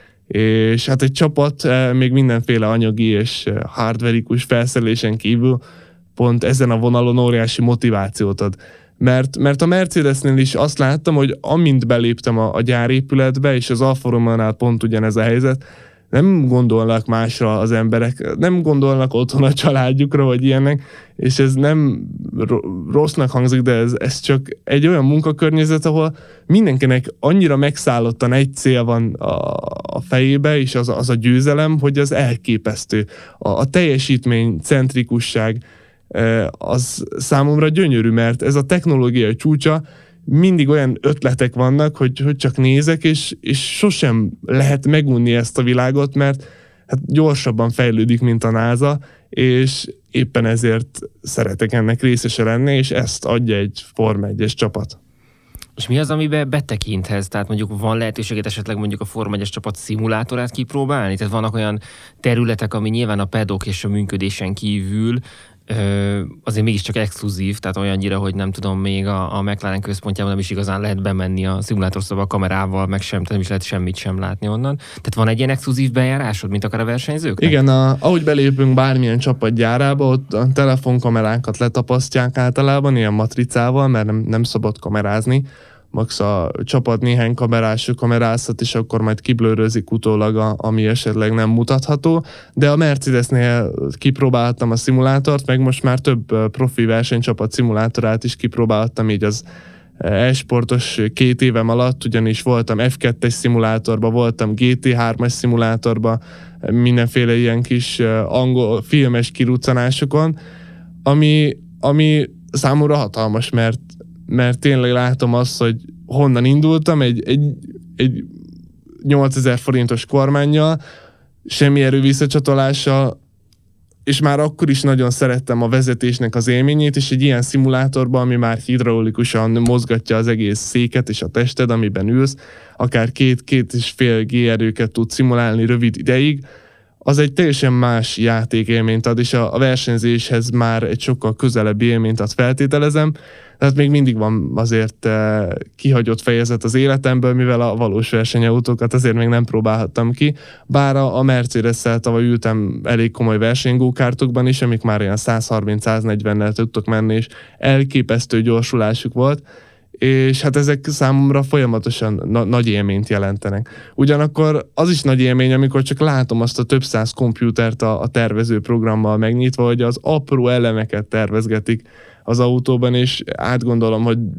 És hát egy csapat még mindenféle anyagi és hardverikus felszerelésen kívül pont ezen a vonalon óriási motivációt ad. Mert, mert a Mercedesnél is azt láttam, hogy amint beléptem a, a gyárépületbe, és az Alfa Romeo-nál pont ugyanez a helyzet, nem gondolnak másra az emberek, nem gondolnak otthon a családjukra, vagy ilyenek, és ez nem rossznak hangzik, de ez, ez csak egy olyan munkakörnyezet, ahol mindenkinek annyira megszállottan egy cél van a, a fejébe, és az, az a győzelem, hogy az elképesztő. A, a teljesítmény centrikusság az számomra gyönyörű, mert ez a technológiai csúcsa, mindig olyan ötletek vannak, hogy, hogy csak nézek, és, és sosem lehet megunni ezt a világot, mert hát gyorsabban fejlődik, mint a NASA, és éppen ezért szeretek ennek részese lenni, és ezt adja egy Forma egyes csapat. És mi az, amiben betekinthez? Tehát mondjuk van lehetőséget esetleg mondjuk a Forma egyes csapat szimulátorát kipróbálni? Tehát vannak olyan területek, ami nyilván a pedok és a működésen kívül Ö, azért mégiscsak exkluzív, tehát olyannyira, hogy nem tudom, még a, a McLaren központjában nem is igazán lehet bemenni a szimulátorszóba a kamerával, meg sem, tehát nem is lehet semmit sem látni onnan. Tehát van egy ilyen exkluzív bejárásod, mint akár a versenyzőknek? Igen, a, ahogy belépünk bármilyen csapat gyárába, ott a telefonkameránkat letapasztják általában, ilyen matricával, mert nem, nem szabad kamerázni. Max a csapat néhány kamerás kamerázhat, és akkor majd kiblőrözik utólag, a, ami esetleg nem mutatható. De a Mercedesnél kipróbáltam a szimulátort, meg most már több profi versenycsapat szimulátorát is kipróbáltam így az e-sportos két évem alatt, ugyanis voltam ef kettes szimulátorban, voltam gé té hármas szimulátorban, mindenféle ilyen kis angol filmes kiruccanásokon, ami, ami számomra hatalmas, mert mert tényleg látom azt, hogy honnan indultam, egy, egy, egy nyolcezer forintos kormánnyal, semmi erő visszacsatolással, és már akkor is nagyon szerettem a vezetésnek az élményét, és egy ilyen szimulátorban, ami már hidraulikusan mozgatja az egész széket és a tested, amiben ülsz, akár két-két és fél gé erőket tud szimulálni rövid ideig, az egy teljesen más játékélményt ad, és a, a versenyzéshez már egy sokkal közelebbi élményt ad, feltételezem. Tehát még mindig van azért eh, kihagyott fejezet az életemből, mivel a valós versenyautókat azért még nem próbálhattam ki. Bár a, a Mercedes-szel tavaly ültem elég komoly versenygókártokban is, amik már ilyen száz harminc száz negyvennel tudtok menni, és elképesztő gyorsulásuk volt. És hát ezek számomra folyamatosan na- nagy élményt jelentenek. Ugyanakkor az is nagy élmény, amikor csak látom azt a több száz kompjútert a, a tervező programmal megnyitva, hogy az apró elemeket tervezgetik az autóban, és átgondolom, hogy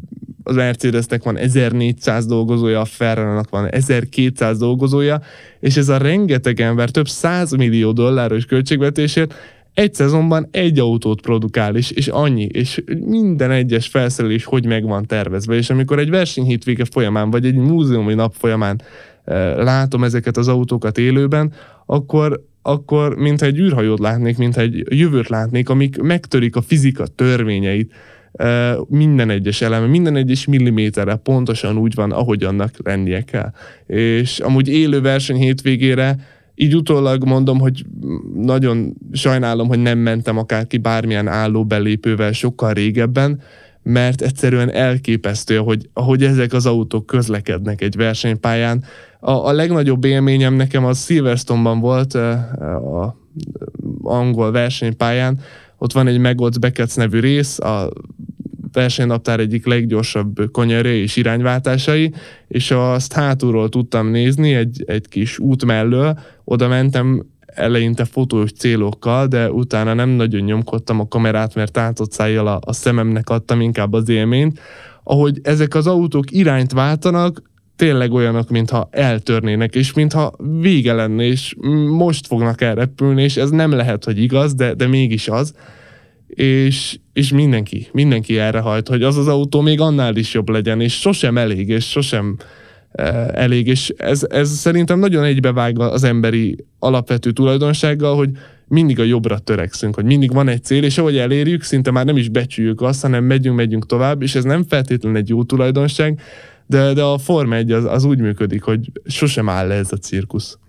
az Mercedesnek van ezernégyszáz dolgozója, a Ferrari-nak van ezerkétszáz dolgozója, és ez a rengeteg ember több százmillió dolláros költségvetésért egy szezonban egy autót produkál, és, és annyi, és minden egyes felszerelés hogy meg van tervezve, és amikor egy versenyhétvége folyamán, vagy egy múzeumi nap folyamán eh, látom ezeket az autókat élőben, akkor, akkor mintha egy űrhajót látnék, mintha egy jövőt látnék, amik megtörik a fizika törvényeit, eh, minden egyes eleme, minden egyes milliméterre pontosan úgy van, ahogy annak lennie kell. És amúgy élő verseny hétvégére így utólag mondom, hogy nagyon sajnálom, hogy nem mentem akárki bármilyen álló belépővel sokkal régebben, mert egyszerűen elképesztő, hogy, ahogy ezek az autók közlekednek egy versenypályán. A, a legnagyobb élményem nekem az Silverstone-ban volt, a, a angol versenypályán. Ott van egy Megotts Becketts nevű rész, a versenynaptár egyik leggyorsabb kanyarja és irányváltásai, és azt hátulról tudtam nézni egy, egy kis út mellől, oda mentem eleinte fotós célokkal, de utána nem nagyon nyomkodtam a kamerát, mert tátott szájjal a, a szememnek adtam inkább az élményt. Ahogy ezek az autók irányt váltanak, tényleg olyanok, mintha eltörnének, és mintha vége lenne, és most fognak elrepülni, és ez nem lehet, hogy igaz, de, de mégis az. És, és mindenki, mindenki erre hajt, hogy az az autó még annál is jobb legyen, és sosem elég, és sosem uh, elég, és ez, ez szerintem nagyon egybevág az emberi alapvető tulajdonsággal, hogy mindig a jobbra törekszünk, hogy mindig van egy cél, és ahogy elérjük, szinte már nem is becsüljük azt, hanem megyünk, megyünk tovább, és ez nem feltétlenül egy jó tulajdonság, de, de a Forma egy az, az úgy működik, hogy sosem áll le ez a cirkusz.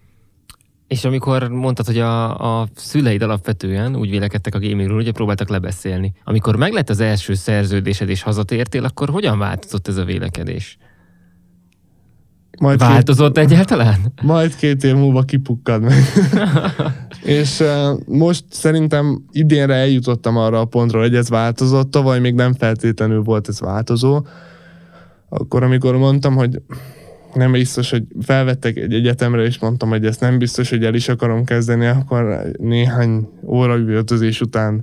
És amikor mondtad, hogy a, a szüleid alapvetően úgy vélekedtek a gamingről, ugye próbáltak lebeszélni. Amikor meglett az első szerződésed és hazatértél, akkor hogyan változott ez a vélekedés? Majd Változott két, egyáltalán? Majd két év múlva kipukkad meg. És uh, most szerintem idénre eljutottam arra a pontra, hogy ez változott. Tavaly még nem feltétlenül volt ez változó. Akkor, amikor mondtam, hogy nem biztos, hogy felvettek egy egyetemre, és mondtam, hogy ezt nem biztos, hogy el is akarom kezdeni, akkor néhány óra üvöltözés után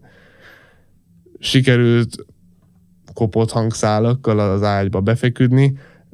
sikerült kopott hangszálakkal az ágyba befeküdni,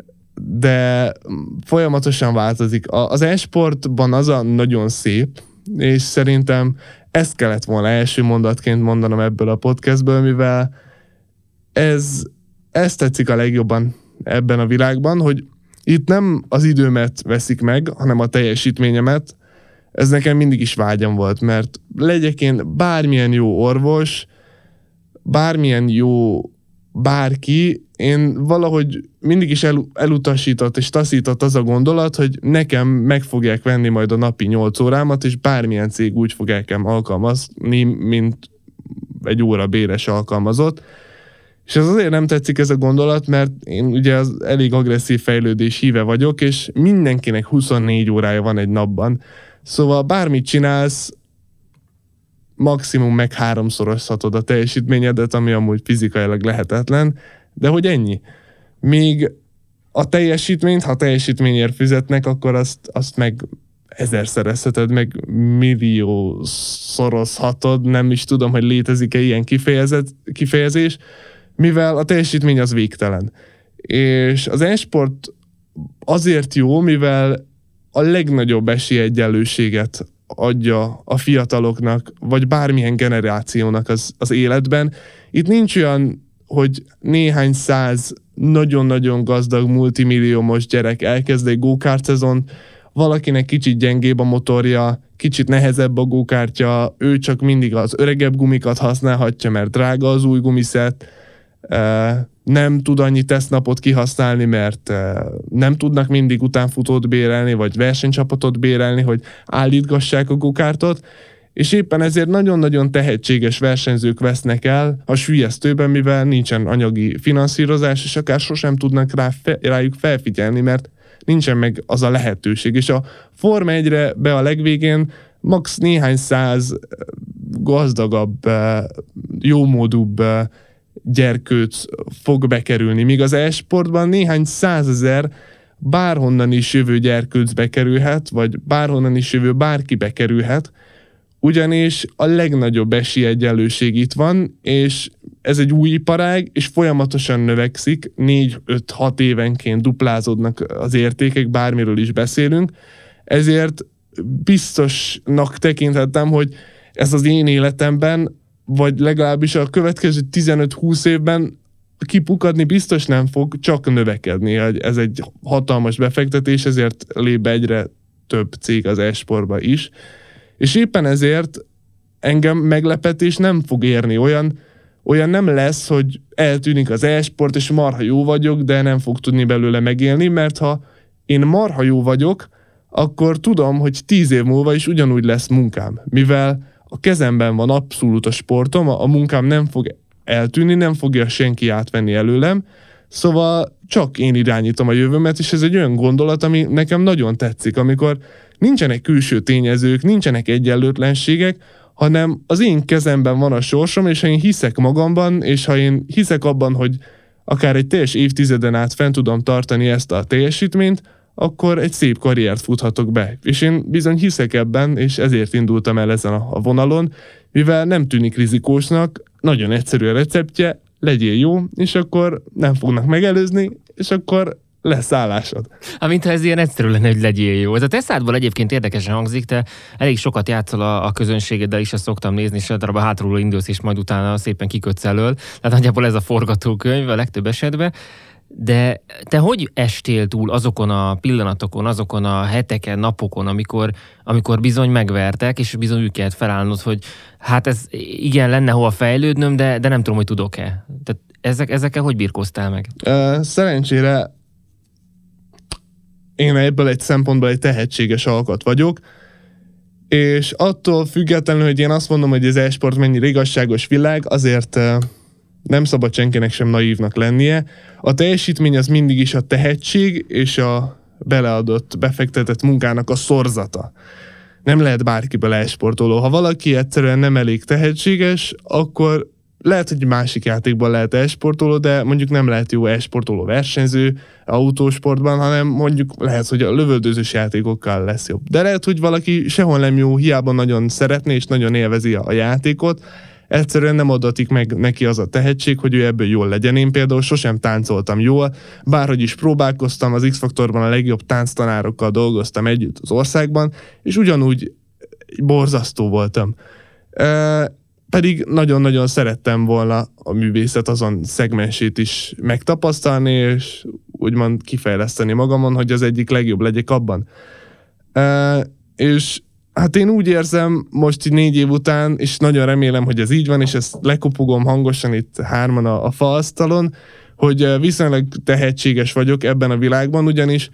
de folyamatosan változik. Az e-sportban az a nagyon szép, és szerintem ezt kellett volna első mondatként mondanom ebből a podcastből, mivel ez, ez tetszik a legjobban ebben a világban, hogy itt nem az időmet veszik meg, hanem a teljesítményemet. Ez nekem mindig is vágyam volt, mert legyek én bármilyen jó orvos, bármilyen jó bárki, én valahogy mindig is el, elutasított és taszított az a gondolat, hogy nekem meg fogják venni majd a napi nyolc órámat, és bármilyen cég úgy fog engem alkalmazni, mint egy óra béres alkalmazott. És ez azért nem tetszik ez a gondolat, mert én ugye az elég agresszív fejlődés híve vagyok, és mindenkinek huszonnégy órája van egy napban. Szóval bármit csinálsz, maximum meg háromszorozhatod a teljesítményedet, ami amúgy fizikailag lehetetlen, de hogy ennyi. Még a teljesítményt, ha teljesítményért fizetnek, akkor azt, azt meg ezerszerezheted, meg milliószorozhatod, nem is tudom, hogy létezik-e ilyen kifejezés, mivel a teljesítmény az végtelen. És az e-sport azért jó, mivel a legnagyobb esélyegyenlőséget adja a fiataloknak, vagy bármilyen generációnak az, az életben. Itt nincs olyan, hogy néhány száz nagyon-nagyon gazdag, multimilliómos gyerek elkezd egy go-kart szezon, valakinek kicsit gyengébb a motorja, kicsit nehezebb a go-kartja, ő csak mindig az öregebb gumikat használhatja, mert drága az új gumiszett, nem tud annyi tesztnapot kihasználni, mert nem tudnak mindig utánfutót bérelni, vagy versenycsapatot bérelni, hogy állítgassák a go-kartot, és éppen ezért nagyon-nagyon tehetséges versenyzők vesznek el a süllyesztőben, mivel nincsen anyagi finanszírozás, és akár sosem tudnak rá fe, rájuk felfigyelni, mert nincsen meg az a lehetőség. És a Forma egyre be a legvégén max néhány száz gazdagabb, jómódúbb gyerkőc fog bekerülni, míg az e-sportban néhány százezer bárhonnan is jövő gyerkőc bekerülhet, vagy bárhonnan is jövő bárki bekerülhet, ugyanis a legnagyobb esélyegyenlőség itt van, és ez egy új iparág, és folyamatosan növekszik, négy-öt-hat évenként duplázódnak az értékek, bármiről is beszélünk, ezért biztosnak tekinthettem, hogy ez az én életemben, vagy legalábbis a következő tizenöt-húsz évben kipukadni biztos nem fog, csak növekedni. Ez egy hatalmas befektetés, ezért lép be egyre több cég az e-sportba is. És éppen ezért engem meglepetés nem fog érni. Olyan, olyan nem lesz, hogy eltűnik az e-sport, és marha jó vagyok, de nem fog tudni belőle megélni, mert ha én marha jó vagyok, akkor tudom, hogy tíz év múlva is ugyanúgy lesz munkám. Mivel a kezemben van abszolút a sportom, a munkám nem fog eltűnni, nem fogja senki átvenni előlem, szóval csak én irányítom a jövőmet, és ez egy olyan gondolat, ami nekem nagyon tetszik, amikor nincsenek külső tényezők, nincsenek egyenlőtlenségek, hanem az én kezemben van a sorsom, és ha én hiszek magamban, és ha én hiszek abban, hogy akár egy teljes évtizeden át fent tudom tartani ezt a teljesítményt, akkor egy szép karriert futhatok be. És én bizony hiszek ebben, és ezért indultam el ezen a vonalon, mivel nem tűnik rizikósnak, nagyon egyszerű a receptje, legyél jó, és akkor nem fognak megelőzni, és akkor lesz állásod. Amint ha ez ilyen egyszerű lenne, hogy legyél jó. Ez a te szádból egyébként érdekesen hangzik, te elég sokat játszol a, a közönségeddel is, ezt szoktam nézni, és darab a hátulról indulsz, és majd utána szépen kikötsz elől. Tehát nagyjából ez a forgatókönyv a legtöbb esetben. De te hogy estél túl azokon a pillanatokon, azokon a heteken, napokon, amikor, amikor bizony megvertek, és bizony úgy kellett felállnod, hogy hát ez igen, lenne hova fejlődnöm, de, de nem tudom, hogy tudok-e. Tehát ezek, ezekkel hogy birkóztál meg? Szerencsére én ebből egy szempontból egy tehetséges alkat vagyok, és attól függetlenül, hogy én azt mondom, hogy az e-sport mennyire igazságos világ, azért nem szabad senkinek sem naívnak lennie. A teljesítmény az mindig is a tehetség és a beleadott, befektetett munkának a szorzata. Nem lehet bárkiből e-sportoló. Ha valaki egyszerűen nem elég tehetséges, akkor lehet, hogy másik játékban lehet e-sportoló, de mondjuk nem lehet jó e-sportoló versenyző autósportban, hanem mondjuk lehet, hogy a lövöldözős játékokkal lesz jobb. De lehet, hogy valaki sehol nem jó, hiába nagyon szeretné és nagyon élvezi a játékot, egyszerűen nem adatik meg neki az a tehetség, hogy ő ebből jól legyen. Én például sosem táncoltam jól, bárhogy is próbálkoztam, az X-Faktorban a legjobb tánctanárokkal dolgoztam együtt az országban, és ugyanúgy borzasztó voltam. E, pedig nagyon-nagyon szerettem volna a művészet azon szegmensét is megtapasztalni, és úgymond kifejleszteni magamon, hogy az egyik legjobb legyek abban. E, és hát én úgy érzem most így négy év után, és nagyon remélem, hogy ez így van, és ezt lekopogom hangosan itt hárman a, a faasztalon, hogy viszonylag tehetséges vagyok ebben a világban, ugyanis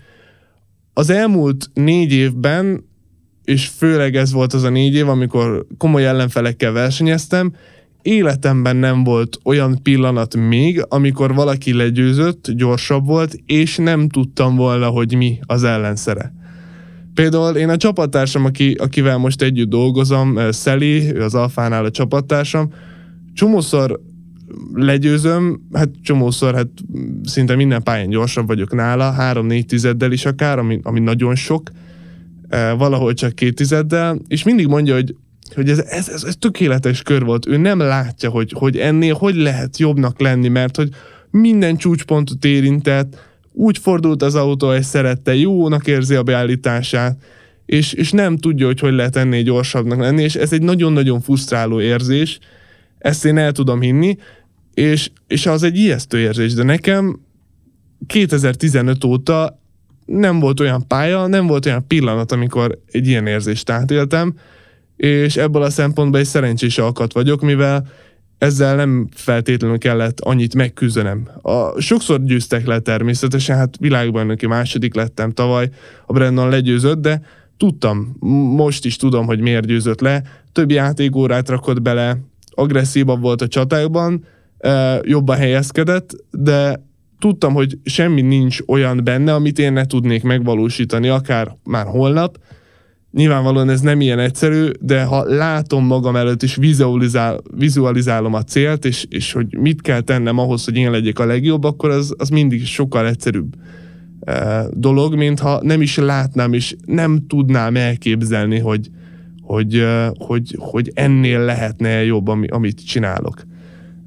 az elmúlt négy évben, és főleg ez volt az a négy év, amikor komoly ellenfelekkel versenyeztem, életemben nem volt olyan pillanat még, amikor valaki legyőzött, gyorsabb volt, és nem tudtam volna, hogy mi az ellenszere. Például én a csapattársam, aki, akivel most együtt dolgozom, Szeli, ő az Alfánál a csapattársam, csomószor legyőzöm, hát csomószor, hát szinte minden pályán gyorsabb vagyok nála, három-négy tizeddel is akár, ami, ami nagyon sok, valahol csak két tizeddel, és mindig mondja, hogy, hogy ez, ez, ez, ez tökéletes kör volt. Ő nem látja, hogy, hogy ennél hogy lehet jobbnak lenni, mert hogy minden csúcspontot érintett, úgy fordult az autó, hogy szerette, jónak érzi a beállítását, és, és nem tudja, hogy hogy lehet ennél gyorsabbnak lenni, és ez egy nagyon-nagyon frusztráló érzés, ezt én el tudom hinni, és, és az egy ijesztő érzés, de nekem kétezer-tizenöt óta nem volt olyan pálya, nem volt olyan pillanat, amikor egy ilyen érzést átéltem, és ebből a szempontból egy szerencsés alkat vagyok, mivel ezzel nem feltétlenül kellett annyit megküzdenem. A, sokszor győztek le természetesen, hát világbajnoki második lettem tavaly, a Brandon legyőzött, de tudtam, most is tudom, hogy miért győzött le, több játékórát rakott bele, agresszívabb volt a csatákban, jobban helyezkedett, de tudtam, hogy semmi nincs olyan benne, amit én ne tudnék megvalósítani, akár már holnap. Nyilvánvalóan ez nem ilyen egyszerű, de ha látom magam előtt, és vizualizál, vizualizálom a célt, és, és hogy mit kell tennem ahhoz, hogy én legyek a legjobb, akkor az, az mindig sokkal egyszerűbb e, dolog, mint ha nem is látnám, és nem tudnám elképzelni, hogy, hogy, e, hogy, hogy ennél lehetne jobb, ami, amit csinálok.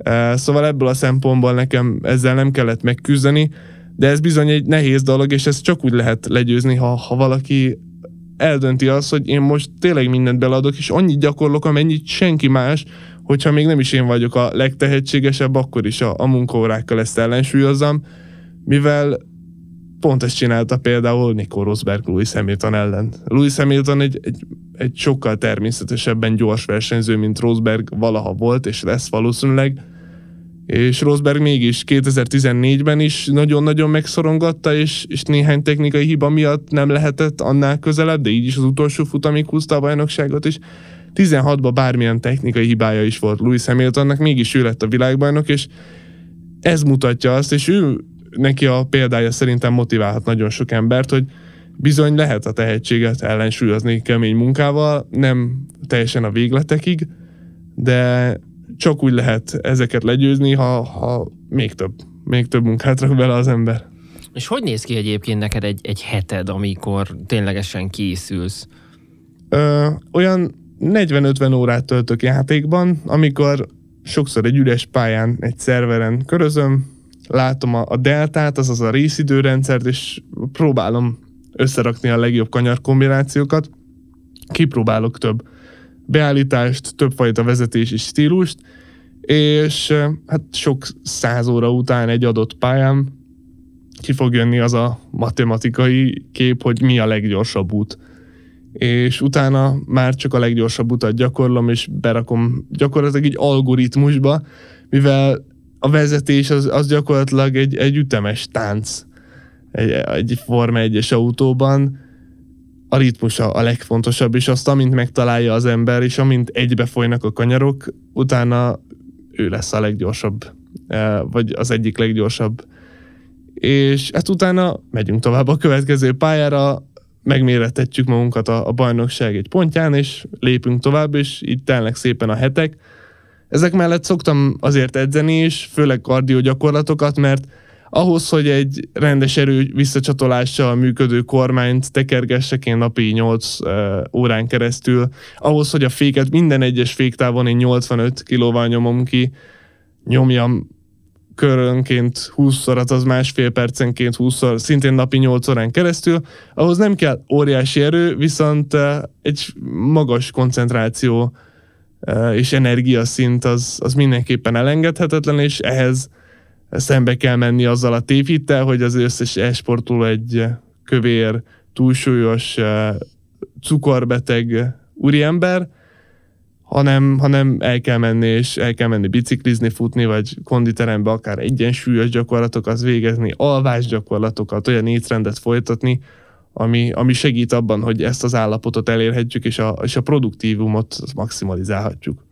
Szóval ebből a szempontból nekem ezzel nem kellett megküzdeni, de ez bizony egy nehéz dolog, és ezt csak úgy lehet legyőzni, ha, ha valaki eldönti azt, hogy én most tényleg mindent beleadok, és annyit gyakorlok, amennyit senki más, hogyha még nem is én vagyok a legtehetségesebb, akkor is a, a munkaórákkal ezt ellensúlyozzam, mivel pont ezt csinálta például Nico Rosberg Lewis Hamilton ellen. Lewis Hamilton egy, egy, egy sokkal természetesebben gyors versenyző, mint Rosberg valaha volt, és lesz valószínűleg, és Rosberg mégis kétezer-tizennégyben is nagyon-nagyon megszorongatta, és, és néhány technikai hiba miatt nem lehetett annál közelebb, de így is az utolsó futamig húzta a bajnokságot is. tizenhatban bármilyen technikai hibája is volt Lewis Hamiltonnak, mégis ő lett a világbajnok, és ez mutatja azt, és ő neki a példája szerintem motiválhat nagyon sok embert, hogy bizony lehet a tehetséget ellensúlyozni kemény munkával, nem teljesen a végletekig, de csak úgy lehet ezeket legyőzni, ha, ha még több, még több munkát rak bele az ember. És hogy néz ki egyébként neked egy, egy heted, amikor ténylegesen készülsz? Ö, olyan negyven-ötven órát töltök játékban, amikor sokszor egy üres pályán, egy szerveren körözöm, látom a, a deltát, azaz a részidőrendszert, és próbálom összerakni a legjobb kanyarkombinációkat. Kipróbálok több beállítást, többfajta vezetési stílust, és hát sok száz óra után egy adott pályán ki fog jönni az a matematikai kép, hogy mi a leggyorsabb út. És utána már csak a leggyorsabb utat gyakorlom, és berakom gyakorlatilag egy algoritmusba, mivel a vezetés az, az gyakorlatilag egy, egy ütemes tánc egy, egy Forma egyes autóban. A ritmus a legfontosabb, és azt amint megtalálja az ember, és amint egybe folynak a kanyarok, utána ő lesz a leggyorsabb, vagy az egyik leggyorsabb. És hát utána megyünk tovább a következő pályára, megmérettetjük magunkat a, a bajnokság egy pontján, és lépünk tovább, és így telnek szépen a hetek. Ezek mellett szoktam azért edzeni is, főleg kardió gyakorlatokat, mert ahhoz, hogy egy rendes erő visszacsatolással működő kormányt tekergessek én napi nyolc uh, órán keresztül, ahhoz, hogy a féket minden egyes féktávon én nyolcvanöt kilóval nyomom ki, nyomjam körönként húszszorat, az másfél percenként húszszor, szintén napi nyolc órán keresztül, ahhoz nem kell óriási erő, viszont uh, egy magas koncentráció uh, és energiaszint az, az mindenképpen elengedhetetlen, és ehhez szembe kell menni azzal a tévhittel, hogy az összes e-sportoló egy kövér, túlsúlyos, cukorbeteg úriember, hanem, hanem el kell menni, és el kell menni biciklizni, futni, vagy konditerembe akár egyensúlyos gyakorlatokat végezni, alvás gyakorlatokat, olyan étrendet folytatni, ami, ami segít abban, hogy ezt az állapotot elérhetjük, és a, és a produktívumot maximalizálhatjuk.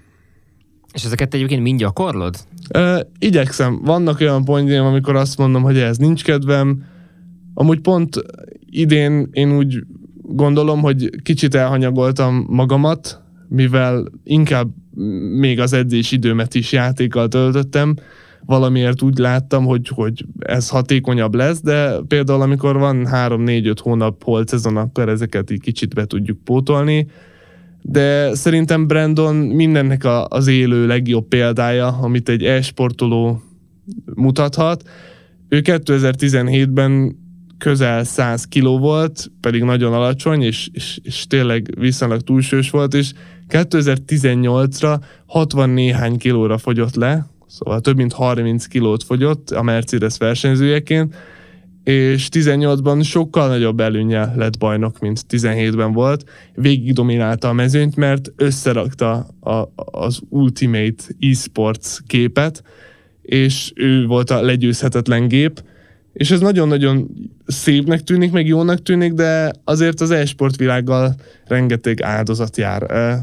És ezeket egyébként mind gyakorlod? Uh, igyekszem. Vannak olyan pontjaim, amikor azt mondom, hogy ez nincs kedvem. Amúgy pont idén én úgy gondolom, hogy kicsit elhanyagoltam magamat, mivel inkább még az edzés időmet is játékkal töltöttem. Valamiért úgy láttam, hogy, hogy ez hatékonyabb lesz, de például amikor van három-négy-öt hónap holt szezon, akkor ezeket így kicsit be tudjuk pótolni. De szerintem Brandon mindennek a, az élő legjobb példája, amit egy e-sportoló mutathat. Ő kétezer-tizenhétben közel száz kiló volt, pedig nagyon alacsony, és, és, és tényleg viszonylag túlsős volt, és kétezer-tizennyolcra hatvan néhány kilóra fogyott le, szóval több mint harminc kilót fogyott a Mercedes versenyzőjeként, és tizennyolcban sokkal nagyobb előnnyel lett bajnok, mint tizenhétben volt. Végig dominálta a mezőnyt, mert összerakta a, az Ultimate eSports képet, és ő volt a legyőzhetetlen gép, és ez nagyon-nagyon szépnek tűnik, meg jónak tűnik, de azért az e-sport világgal rengeteg áldozat jár.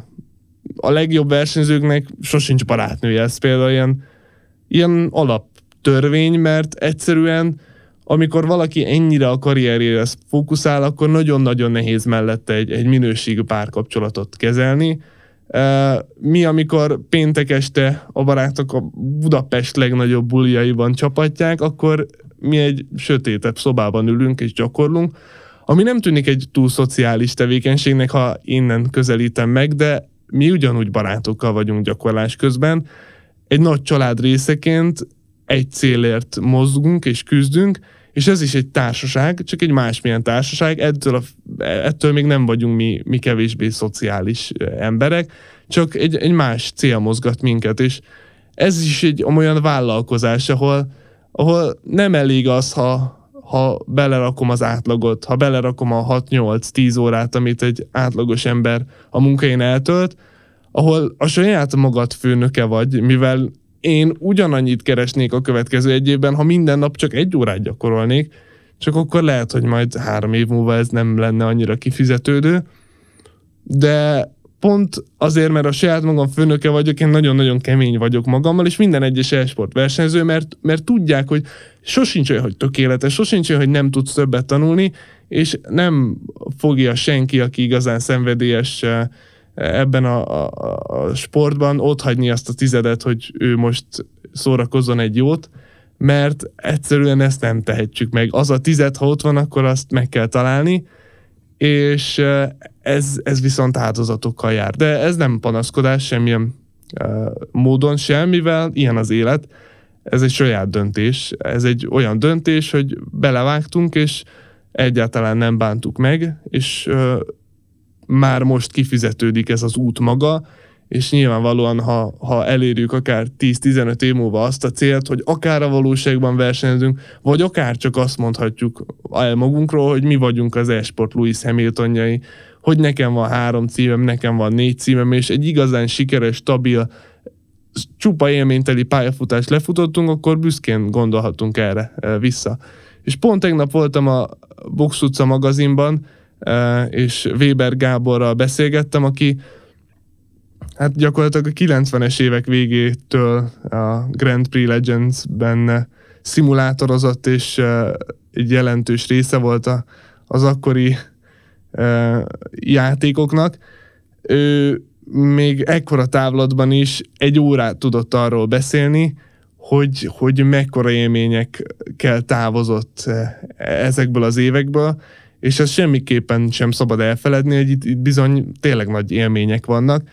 A legjobb versenyzőknek sosincs barátnője, ez például ilyen, ilyen alaptörvény, mert egyszerűen amikor valaki ennyire a karrierjére fókuszál, akkor nagyon-nagyon nehéz mellette egy, egy minőségű párkapcsolatot kezelni. Mi, amikor péntek este a barátok a Budapest legnagyobb bulijaiban csapatják, akkor mi egy sötétebb szobában ülünk és gyakorlunk, ami nem tűnik egy túl szociális tevékenységnek, ha innen közelítem meg, de mi ugyanúgy barátokkal vagyunk gyakorlás közben. egy nagy család részeként egy célért mozgunk és küzdünk, és ez is egy társaság, csak egy másmilyen társaság, ettől, a, ettől még nem vagyunk mi, mi kevésbé szociális emberek, csak egy, egy más cél mozgat minket, és ez is egy olyan vállalkozás, ahol, ahol nem elég az, ha, ha belerakom az átlagot, ha belerakom a hat-nyolc-tíz órát, amit egy átlagos ember a munkahelyén eltölt, ahol a saját magad főnöke vagy, mivel én ugyanannyit keresnék a következő egy évben, ha minden nap csak egy órát gyakorolnék, csak akkor lehet, hogy majd három év múlva ez nem lenne annyira kifizetődő, de pont azért, mert a saját magam főnöke vagyok, én nagyon-nagyon kemény vagyok magammal, és minden egyes e-sport versenyző, mert, mert tudják, hogy sosincs olyan, hogy tökéletes, sosincs olyan, hogy nem tudsz többet tanulni, és nem fogja senki, aki igazán szenvedélyes ebben a, a, a sportban otthagyni azt a tizedet, hogy ő most szórakozzon egy jót, mert egyszerűen ezt nem tehetjük meg. Az a tized, ha ott van, akkor azt meg kell találni, és ez, ez viszont áldozatokkal jár. De ez nem panaszkodás semmilyen uh, módon sem, mivel ilyen az élet. Ez egy saját döntés. Ez egy olyan döntés, hogy belevágtunk, és egyáltalán nem bántuk meg, és uh, már most kifizetődik ez az út maga, és nyilvánvalóan, ha, ha elérjük akár tíz-tizenöt év múlva azt a célt, hogy akár a valóságban versenyzünk, vagy akár csak azt mondhatjuk el magunkról, hogy mi vagyunk az e-sport Lewis Hamiltonjai, hogy nekem van három címem, nekem van négy címem, és egy igazán sikeres, stabil, csupa élményteli pályafutást lefutottunk, akkor büszkén gondolhatunk erre vissza. És pont tegnap voltam a Box Utca magazinban, és Weber Gáborral beszélgettem, aki hát gyakorlatilag a kilencvenes évek végétől a Grand Prix Legends-ben szimulátorozott, és egy jelentős része volt az akkori játékoknak. Ő még ekkora távlatban is egy órát tudott arról beszélni, hogy, hogy mekkora élményekkel távozott ezekből az évekből, és ezt semmiképpen sem szabad elfeledni, hogy itt, itt bizony tényleg nagy élmények vannak,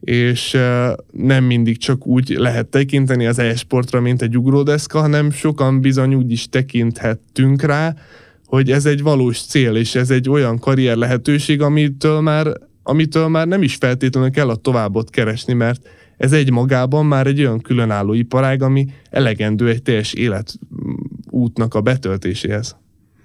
és uh, nem mindig csak úgy lehet tekinteni az e-sportra, mint egy ugródeszka, hanem sokan bizony úgy is tekinthettünk rá, hogy ez egy valós cél, és ez egy olyan karrier lehetőség, amitől már, amitől már nem is feltétlenül kell a továbbot keresni, mert ez egy magában már egy olyan különálló iparág, ami elegendő egy teljes életútnak a betöltéséhez.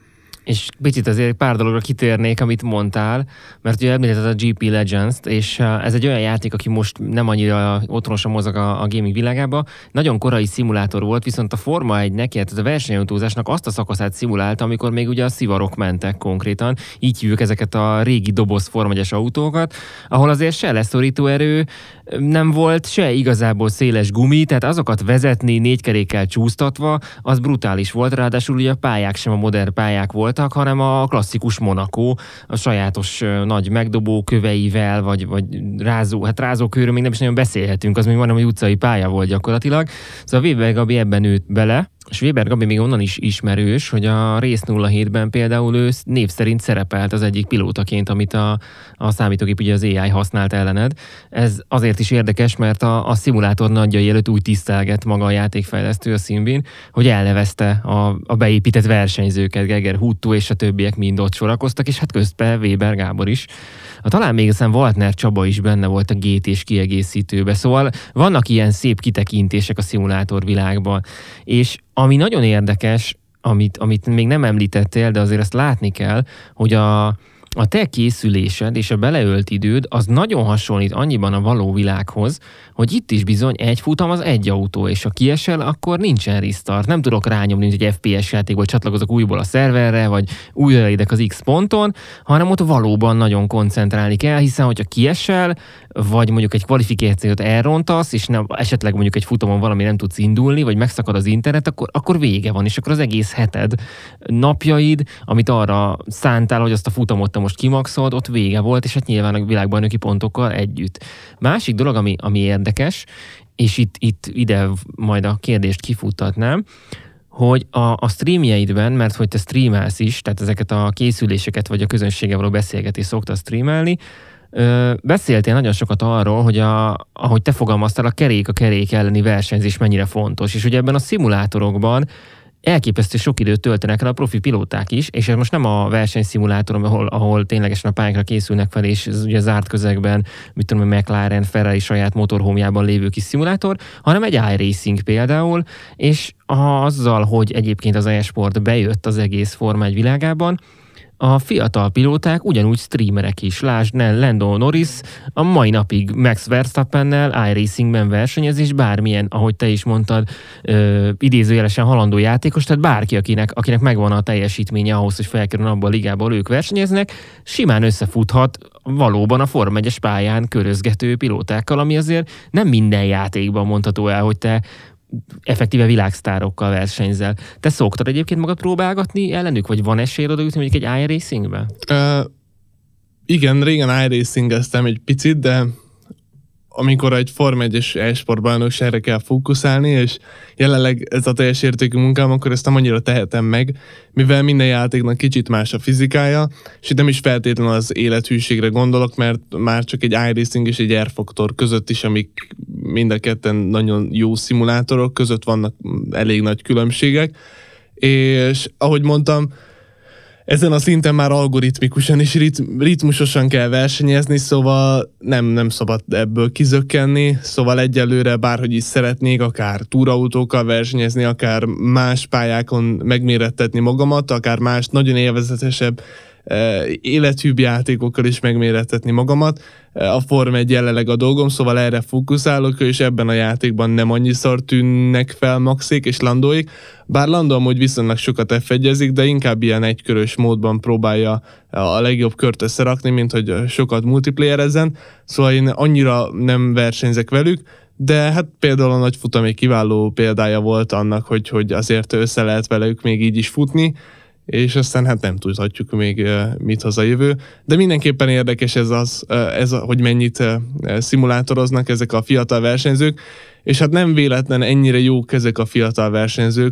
És picit azért pár dologra kitérnék, amit mondtál, mert ugye említetted a gé pé Legends-t, és ez egy olyan játék, aki most nem annyira otthonosan mozog a, a gaming világába. Nagyon korai szimulátor volt, viszont a Forma egynek, ez a versenyautózásnak azt a szakaszát szimulálta, amikor még ugye a szivarok mentek konkrétan. Így hívjuk ezeket a régi doboz Forma egyes autókat, ahol azért se leszorító erő nem volt, se igazából széles gumi, tehát azokat vezetni négy kerékkel csúsztatva, az brutális volt, ráadásul ugye a pályák sem a modern pályák voltak, hanem a klasszikus Monaco, a sajátos nagy megdobó köveivel, vagy, vagy rázó, hát rázókőről még nem is nagyon beszélhetünk, az még majdnem egy utcai pálya volt gyakorlatilag. Szóval Weber Gabi ebben nőtt bele, és Weber Gabi még onnan is ismerős, hogy a Race nulla hétben például ő név szerint szerepelt az egyik pilótaként, amit a, a számítógép, ugye az á i használt ellened. Ez azért is érdekes, mert a, a szimulátor nagyjai előtt úgy tisztelget maga a játékfejlesztő a színvin, hogy elnevezte a, a beépített versenyzőket, Geger Huttu és a többiek mind ott sorakoztak, és hát közben Weber Gábor is. A, talán még aztán Waltner Csaba is benne volt a gé té-s kiegészítőbe, szóval vannak ilyen szép kitekintések a szimulátor világban, és ami nagyon érdekes, amit, amit még nem említettél, de azért ezt látni kell, hogy a, a te készülésed és a beleölt időd az nagyon hasonlít annyiban a való világhoz, hogy itt is bizony egy futam az egy autó, és ha kiesel, akkor nincsen restart. Nem tudok rányomni, mint egy ef pé es játékból csatlakozok újból a szerverre, vagy újraidek az X ponton, hanem ott valóban nagyon koncentrálni kell, hiszen hogyha kiesel, vagy mondjuk egy kvalifikációt elrontasz, és nem, esetleg mondjuk egy futamon valami nem tudsz indulni, vagy megszakad az internet, akkor, akkor vége van, és akkor az egész heted, napjaid, amit arra szántál, hogy azt a futamot te most kimaxolod, ott vége volt, és hát nyilván a világbajnoki pontokkal együtt. Másik dolog, ami, ami érdekes, és itt, itt ide majd a kérdést kifuttatnám, hogy a, a streamjeidben, mert hogy te streamelsz is, tehát ezeket a készüléseket, vagy a közönséggel való beszélgetést szoktad streamelni, Ö, beszéltél nagyon sokat arról, hogy a, ahogy te fogalmaztál, a kerék a kerék elleni versenyzés mennyire fontos, és ugye ebben a szimulátorokban elképesztő sok időt töltenek el a profi pilóták is, és ez most nem a versenyszimulátorom, ahol, ahol ténylegesen a pályákra készülnek fel, és ez ugye zárt közegben, mit tudom, McLaren, Ferrari saját motorhómjában lévő kis szimulátor, hanem egy iRacing például, és azzal, hogy egyébként az e-sport bejött az egész Forma egy világában, a fiatal pilóták ugyanúgy streamerek is. Lásd, Lando Norris a mai napig Max Verstappennel iRacingben versenyez, és bármilyen, ahogy te is mondtad, ö, idézőjelesen halandó játékos, tehát bárki, akinek, akinek megvan a teljesítménye ahhoz, hogy felkerül abba a ligába, ők versenyeznek, simán összefuthat valóban a Forma egyes pályán körözgető pilótákkal, ami azért nem minden játékban mondható el, hogy te effektíve világsztárokkal versenyzel. Te szoktad egyébként magad próbálgatni ellenük, vagy van esélyed oda jutni mondjuk egy iRacingbe? Uh, igen, régen iRacingeztem egy picit, de amikor egy Forma egyes e-sport bajnokságra kell fókuszálni, és jelenleg ez a teljes értékű munkám, akkor ezt nem annyira tehetem meg, mivel minden játéknak kicsit más a fizikája, és itt nem is feltétlenül az élethűségre gondolok, mert már csak egy iRacing és egy R-faktor között is, amik mind a ketten nagyon jó szimulátorok, között vannak elég nagy különbségek, és ahogy mondtam, ezen a szinten már algoritmikusan és rit- ritmusosan kell versenyezni, szóval nem, nem szabad ebből kizökkenni, szóval egyelőre bárhogy is szeretnék, akár túrautókkal versenyezni, akár más pályákon megmérettetni magamat, akár más nagyon élvezetesebb élethűbb játékokkal is megmérettetni magamat. A Forma egy jelenleg a dolgom, szóval erre fókuszálok, és ebben a játékban nem annyiszor tűnnek fel Maxék és Landóik, bár Landó amúgy viszonylag sokat ef egyezik, de inkább ilyen egykörös módban próbálja a legjobb kört összerakni, mint hogy sokat multiplayerezzen, szóval én annyira nem versenyzek velük, de hát például a nagy futam egy kiváló példája volt annak, hogy, hogy azért össze lehet velük még így is futni, és aztán hát nem tudhatjuk még mit hoz a jövő. De mindenképpen érdekes ez az, ez, hogy mennyit szimulátoroznak ezek a fiatal versenyzők, és hát nem véletlen ennyire jók ezek a fiatal versenyzők.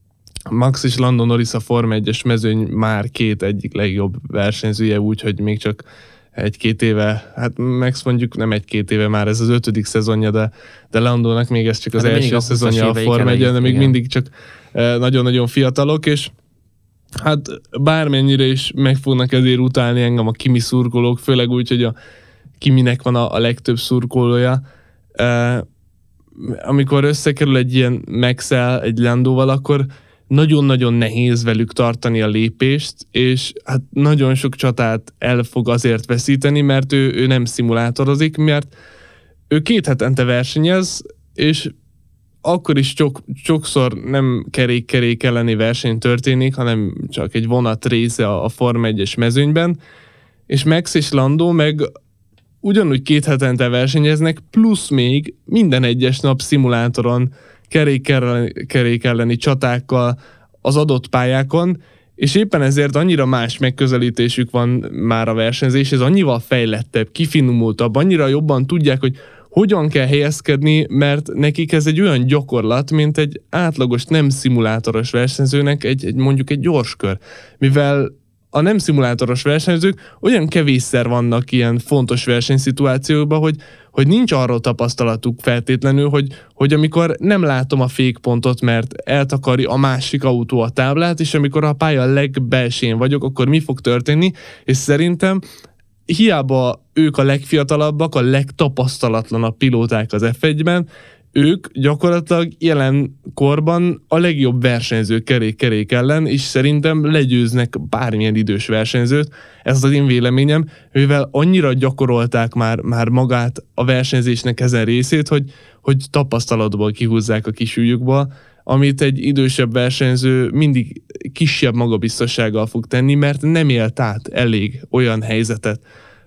Max és Lando Norris a Forma egyes mezőny már két egyik legjobb versenyzője, úgyhogy még csak egy-két éve, hát Max mondjuk nem egy-két éve, már ez az ötödik szezonja, de, de Landónak még ez csak az hát első szezonja a Forma egyen, de még igen. Mindig csak nagyon-nagyon fiatalok, és hát bármennyire is meg fognak ezért utálni engem a Kimi szurkolók, főleg úgy, hogy a Kiminek van a, a legtöbb szurkolója. E, amikor összekerül egy ilyen Max-el, egy Landóval, akkor nagyon-nagyon nehéz velük tartani a lépést, és hát nagyon sok csatát el fog azért veszíteni, mert ő, ő nem szimulátorozik, mert ő két hetente versenyez, és akkor is sok, sokszor nem kerék-kerék elleni verseny történik, hanem csak egy vonat része a Forma egyes mezőnyben, és Max és Lando meg ugyanúgy két hetente versenyeznek, plusz még minden egyes nap szimulátoron kerék elleni, kerék elleni csatákkal az adott pályákon, és éppen ezért annyira más megközelítésük van már a versenyzés, ez annyival fejlettebb, kifinomultabb, annyira jobban tudják, hogy hogyan kell helyezkedni, mert nekik ez egy olyan gyakorlat, mint egy átlagos nem szimulátoros versenyzőnek egy, egy mondjuk egy gyorskör. Mivel a nem szimulátoros versenyzők olyan kevésszer vannak ilyen fontos versenyszituációkban, hogy, hogy nincs arról tapasztalatuk feltétlenül, hogy, hogy amikor nem látom a fékpontot, mert eltakarja a másik autó a táblát, és amikor a pálya legbelsén vagyok, akkor mi fog történni, és szerintem hiába ők a legfiatalabbak, a legtapasztalatlanabb pilóták az ef egyben, ők gyakorlatilag jelen korban a legjobb versenyzők kerék-kerék ellen, és szerintem legyőznek bármilyen idős versenyzőt. Ez az én véleményem, mivel annyira gyakorolták már, már magát a versenyzésnek ezen részét, hogy, hogy tapasztalatból kihúzzák a kis ujjukba, amit egy idősebb versenyző mindig kisebb magabiztossággal fog tenni, mert nem élt át elég olyan helyzetet,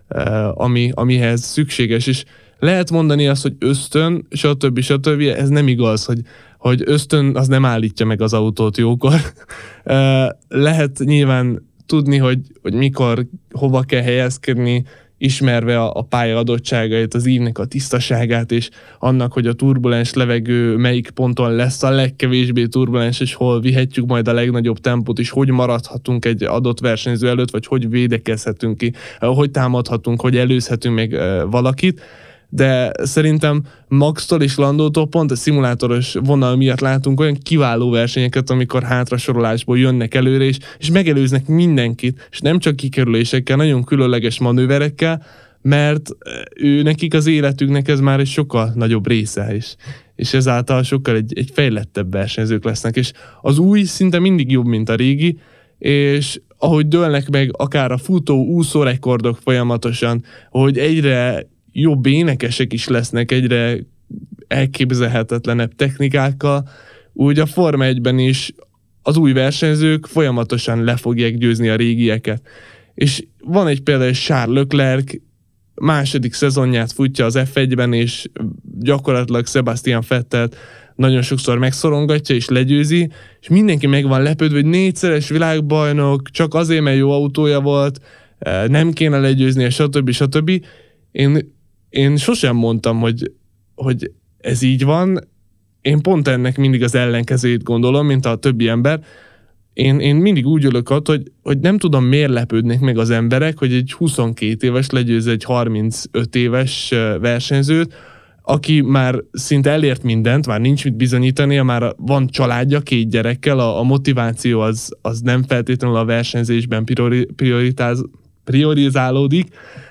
ami, amihez szükséges, és lehet mondani azt, hogy ösztön, stb. stb. Ez nem igaz, hogy, hogy ösztön az nem állítja meg az autót jókor. Lehet nyilván tudni, hogy, hogy mikor, hova kell helyezkedni, ismerve a, a pálya adottságait, az ívnek a tisztaságát, és annak, hogy a turbulens levegő melyik ponton lesz a legkevésbé turbulens, és hol vihetjük majd a legnagyobb tempót, és hogy maradhatunk egy adott versenyző előtt, vagy hogy védekezhetünk ki, hogy támadhatunk, hogy előzhetünk meg valakit. De szerintem Maxtól és Landótól pont a szimulátoros vonal miatt látunk olyan kiváló versenyeket, amikor hátrasorolásból jönnek előre, és, és megelőznek mindenkit, és nem csak kikerülésekkel, nagyon különleges manőverekkel, mert ő nekik az életüknek ez már egy sokkal nagyobb része is, és ezáltal sokkal egy, egy fejlettebb versenyzők lesznek, és az új szinte mindig jobb, mint a régi, és ahogy dőlnek meg akár a futó, úszó rekordok folyamatosan, hogy egyre jobb énekesek is lesznek, egyre elképzelhetetlenebb technikákkal, úgy a Forma egyben is az új versenyzők folyamatosan le fogják győzni a régieket. És van egy például Charles Leclerc, második szezonját futja az ef egyben, és gyakorlatilag Sebastian Vettelt nagyon sokszor megszorongatja és legyőzi, és mindenki meg van lepődve, hogy négyszeres világbajnok, csak azért, mert jó autója volt, nem kéne legyőzni, stb. stb. Én Én sosem mondtam, hogy, hogy ez így van. Én pont ennek mindig az ellenkezőjét gondolom, mint a többi ember. Én, én mindig úgy ülök ott, hogy, hogy nem tudom, miért lepődnek meg az emberek, hogy egy huszonkét éves legyőz egy harmincöt éves versenyzőt, aki már szinte elért mindent, már nincs mit bizonyítania, már van családja, két gyerekkel, a, a motiváció az, az nem feltétlenül a versenyzésben priori, prioritáz, priorizálódik.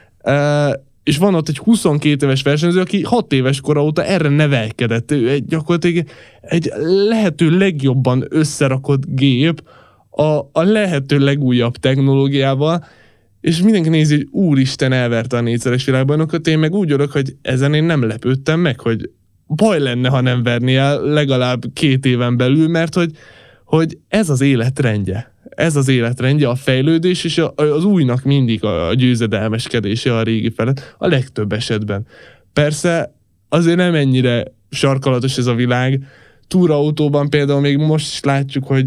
Uh, és van ott egy huszonkét éves versenyző, aki hat éves kora óta erre nevelkedett. Ő egy, gyakorlatilag egy lehető legjobban összerakott gép a, a lehető legújabb technológiával, és mindenki nézi, hogy úristen, elverte a négyszeres világbajnokot, én meg úgy örök, hogy ezen én nem lepődtem meg, hogy baj lenne, ha nem verné el legalább két éven belül, mert hogy, hogy ez az életrendje. Ez az életrendje, a fejlődés, és az újnak mindig a győzedelmeskedése a régi felett, a legtöbb esetben. Persze azért nem ennyire sarkalatos ez a világ. Túrautóban például még most is látjuk, hogy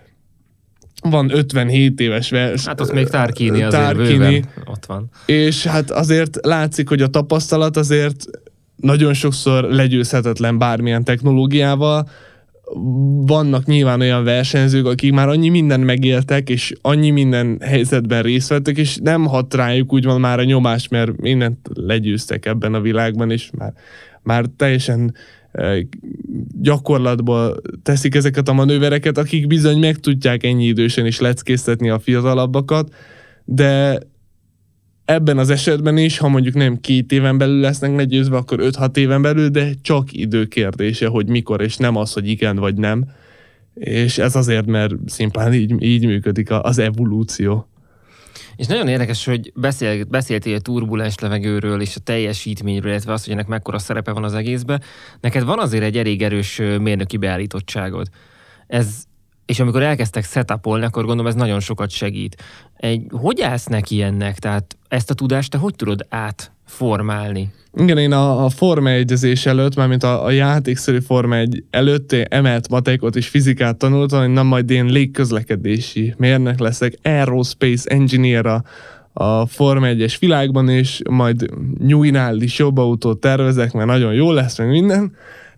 van ötvenhét éves vers. Hát az még Tarquini azért Tarquini, bőven ott van. És hát azért látszik, hogy a tapasztalat azért nagyon sokszor legyőzhetetlen bármilyen technológiával. Vannak nyilván olyan versenyzők, akik már annyi mindent megéltek, és annyi minden helyzetben részt vettek, és nem hat rájuk úgy van már a nyomás, mert mindent legyőztek ebben a világban, és már, már teljesen eh, gyakorlatból teszik ezeket a manővereket, akik bizony meg tudják ennyi idősen is leckésztetni a fiatalabbakat, de ebben az esetben is, ha mondjuk nem két éven belül lesznek legyőzve, akkor öt-hat éven belül, de csak idő kérdése, hogy mikor, és nem az, hogy igen vagy nem. És ez azért, mert szimplán így, így működik az evolúció. És nagyon érdekes, hogy beszél, beszéltél a turbulens levegőről és a teljesítményről, illetve az, hogy ennek mekkora szerepe van az egészben. Neked van azért egy elég erős mérnöki beállítottságod. Ez És amikor elkezdtek setupolni, akkor gondolom ez nagyon sokat segít. Egy, hogy állsz neki ennek? Tehát ezt a tudást te hogy tudod átformálni? Igen, én a, a Forma egyezés előtt, mármint a, a játékszerű Forma egy előtt emelt matekot és fizikát tanultam, hogy nem majd én légközlekedési mérnök leszek, Aerospace Engineer a, a Forma egyes világban, és majd Newey-nál is jobb autót tervezek, mert nagyon jó lesz, meg minden.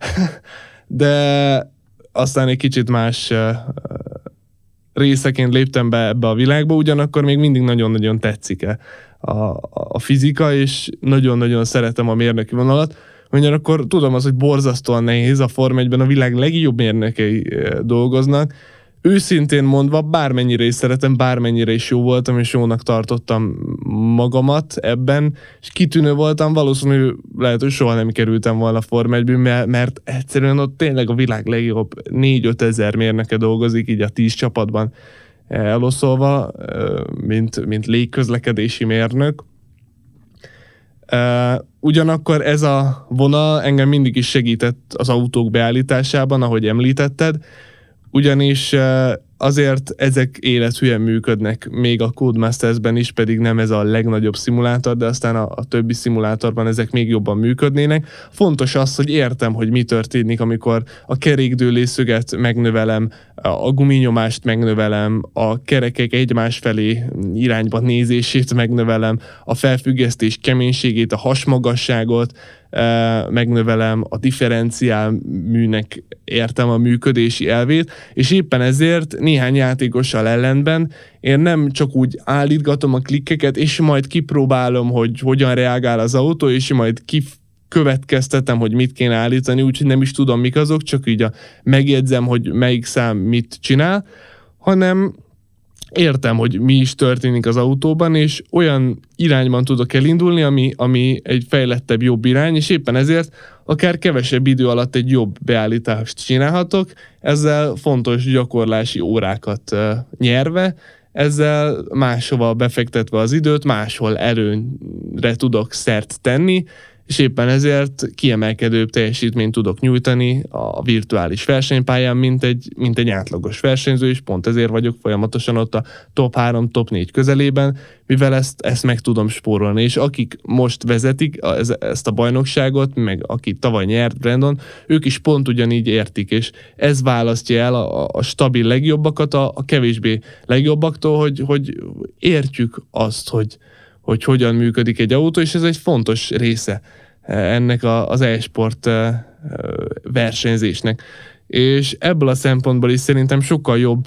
De aztán egy kicsit más uh, részeként léptem be ebbe a világba, ugyanakkor még mindig nagyon-nagyon tetszik a, a fizika, és nagyon-nagyon szeretem a mérnöki vonalat. Ugyanakkor tudom az, hogy borzasztóan nehéz, a Forma egyben a világ legjobb mérnökei uh, dolgoznak. Őszintén mondva, bármennyire is szeretem, bármennyire is jó voltam, és jónak tartottam magamat ebben, és kitűnő voltam, valószínűleg lehet, hogy soha nem kerültem volna Forma egyben, mert egyszerűen ott tényleg a világ legjobb négy-öt ezer mérnöke dolgozik, így a tíz csapatban eloszolva, mint, mint légközlekedési mérnök. Ugyanakkor ez a vonal engem mindig is segített az autók beállításában, ahogy említetted, ugyanis uh, azért ezek élethűen működnek, még a Codemasters-ben is, pedig nem ez a legnagyobb szimulátor, de aztán a, a többi szimulátorban ezek még jobban működnének. Fontos az, hogy értem, hogy mi történik, amikor a kerékdőlészöget megnövelem, a guminyomást megnövelem, a kerekek egymás felé irányba nézését megnövelem, a felfüggesztés keménységét, a hasmagasságot megnövelem, a differenciál műnek értem a működési elvét, és éppen ezért néhány játékossal ellenben én nem csak úgy állítgatom a klikkeket, és majd kipróbálom, hogy hogyan reagál az autó, és majd kikövetkeztetem, hogy mit kéne állítani, úgyhogy nem is tudom, mik azok, csak így a, megjegyzem, hogy melyik szám mit csinál, hanem értem, hogy mi is történik az autóban, és olyan irányban tudok elindulni, ami, ami egy fejlettebb, jobb irány, és éppen ezért akár kevesebb idő alatt egy jobb beállítást csinálhatok, ezzel fontos gyakorlási órákat uh, nyerve, ezzel máshova befektetve az időt, máshol előnyre tudok szert tenni, és éppen ezért kiemelkedőbb teljesítményt tudok nyújtani a virtuális versenypályán, mint egy, mint egy átlagos versenyző, és pont ezért vagyok folyamatosan ott a top három, top négy közelében, mivel ezt, ezt meg tudom spórolni, és akik most vezetik ezt a bajnokságot, meg aki tavaly nyert, Brandon, ők is pont ugyanígy értik, és ez választja el a, a stabil legjobbakat a, a kevésbé legjobbaktól, hogy, hogy értjük azt, hogy hogy hogyan működik egy autó, és ez egy fontos része ennek a, az e-sport versenyzésnek. És ebből a szempontból is szerintem sokkal jobb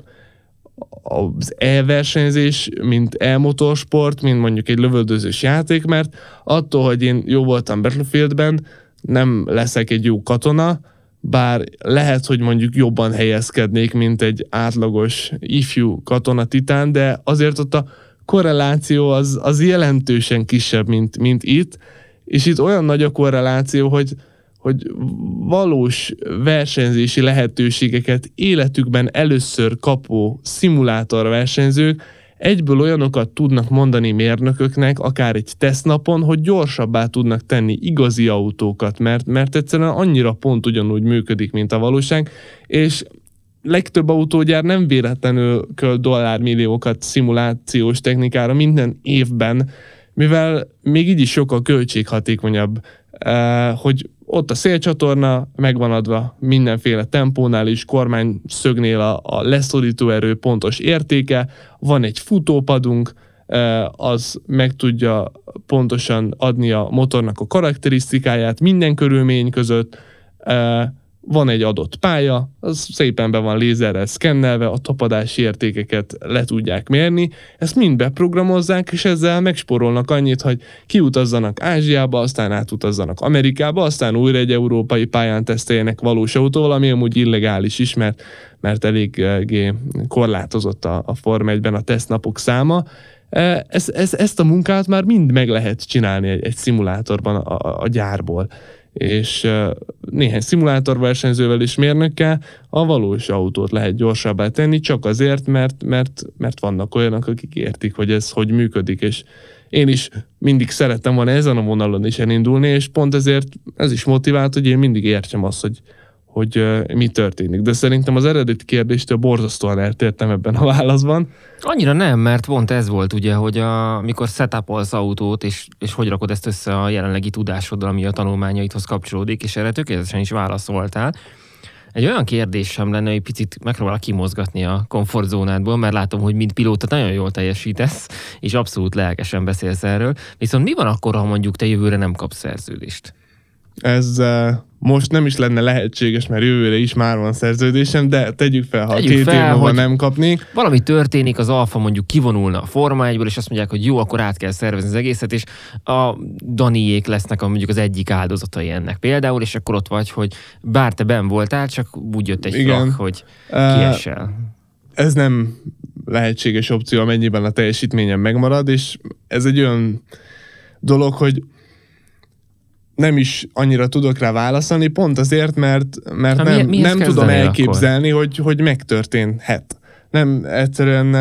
az e-versenyzés, mint e-motorsport, mint mondjuk egy lövöldözős játék, mert attól, hogy én jó voltam Battlefieldben, nem leszek egy jó katona, bár lehet, hogy mondjuk jobban helyezkednék, mint egy átlagos ifjú katona titán, de azért ott a korreláció az, az jelentősen kisebb, mint, mint itt, és itt olyan nagy a korreláció, hogy, hogy valós versenyzési lehetőségeket életükben először kapó szimulátor versenyzők egyből olyanokat tudnak mondani mérnököknek, akár egy tesztnapon, hogy gyorsabbá tudnak tenni igazi autókat, mert, mert egyszerűen annyira pont ugyanúgy működik, mint a valóság, és legtöbb autógyár nem véletlenül költ dollármilliókat szimulációs technikára minden évben, mivel még így is sokkal költséghatékonyabb, hogy ott a szélcsatorna megvan adva mindenféle tempónál is, kormány szögnél a, a leszorító erő pontos értéke, van egy futópadunk, az meg tudja pontosan adni a motornak a karakterisztikáját minden körülmény között, van egy adott pálya, az szépen be van lézerrel szkennelve, a tapadási értékeket le tudják mérni, ezt mind beprogramozzák, és ezzel megspórolnak annyit, hogy kiutazzanak Ázsiába, aztán átutazzanak Amerikába, aztán újra egy európai pályán teszteljenek valós autóval, ami amúgy illegális is, mert, mert eléggé korlátozott a, a Forma egyben a tesztnapok száma. Ez, ez, ezt a munkát már mind meg lehet csinálni egy, egy szimulátorban a, a gyárból. És uh, néhány szimulátorversenyzővel és mérnökkel a valós autót lehet gyorsabbá tenni, csak azért, mert, mert, mert vannak olyanok, akik értik, hogy ez hogy működik, és én is mindig szerettem volna ezen a vonalon is elindulni, és pont ezért ez is motivált, hogy én mindig értsem azt, hogy, hogy uh, mi történik. De szerintem az eredeti kérdéstől borzasztóan eltértem ebben a válaszban. Annyira nem, mert pont ez volt ugye, hogy a, mikor setupolsz autót, és, és hogy rakod ezt össze a jelenlegi tudásoddal, ami a tanulmányaidhoz kapcsolódik, és erre tökéletesen is válaszoltál. Egy olyan kérdésem lenne, hogy picit megpróbálok kimozgatni a komfortzónádból, mert látom, hogy mint pilóta nagyon jól teljesítesz, és abszolút lelkesen beszélsz erről. Viszont mi van akkor, ha mondjuk te jövőre nem kapsz szerződést? Ez uh, most nem is lenne lehetséges, mert jövőre is már van szerződésem, de tegyük fel, ha tegyük két fel, év múlva nem kapnék. Valami történik, az Alfa mondjuk kivonulna a Forma egyből, és azt mondják, hogy jó, akkor át kell szervezni az egészet, és a Daniék lesznek a, mondjuk az egyik áldozatai ennek például, és akkor ott vagy, hogy bár te benn voltál, csak úgy jött egy flag, hogy kiessel. Uh, ez nem lehetséges opció, amennyiben a teljesítményem megmarad, és ez egy olyan dolog, hogy nem is annyira tudok rá válaszolni, pont azért, mert, mert ha, nem, nem tudom elképzelni, hogy, hogy megtörténhet. Nem, egyszerűen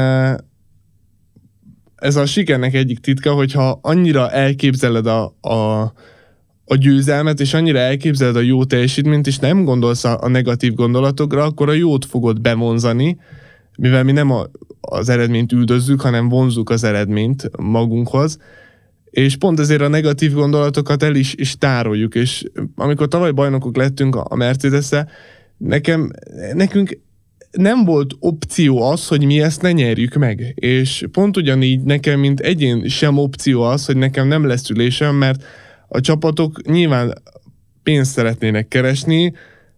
ez a sikernek egyik titka, hogyha annyira elképzeled a, a, a győzelmet, és annyira elképzeled a jó teljesítményt, és nem gondolsz a, a negatív gondolatokra, akkor a jót fogod bevonzani, mivel mi nem a, az eredményt üldözzük, hanem vonzzuk az eredményt magunkhoz, és pont ezért a negatív gondolatokat el is, is tároljuk, és amikor tavaly bajnokok lettünk a Mercedes-szel, nekem, nekünk nem volt opció az, hogy mi ezt ne nyerjük meg. És pont ugyanígy nekem, mint egyén sem opció az, hogy nekem nem lesz ülésem, mert a csapatok nyilván pénzt szeretnének keresni,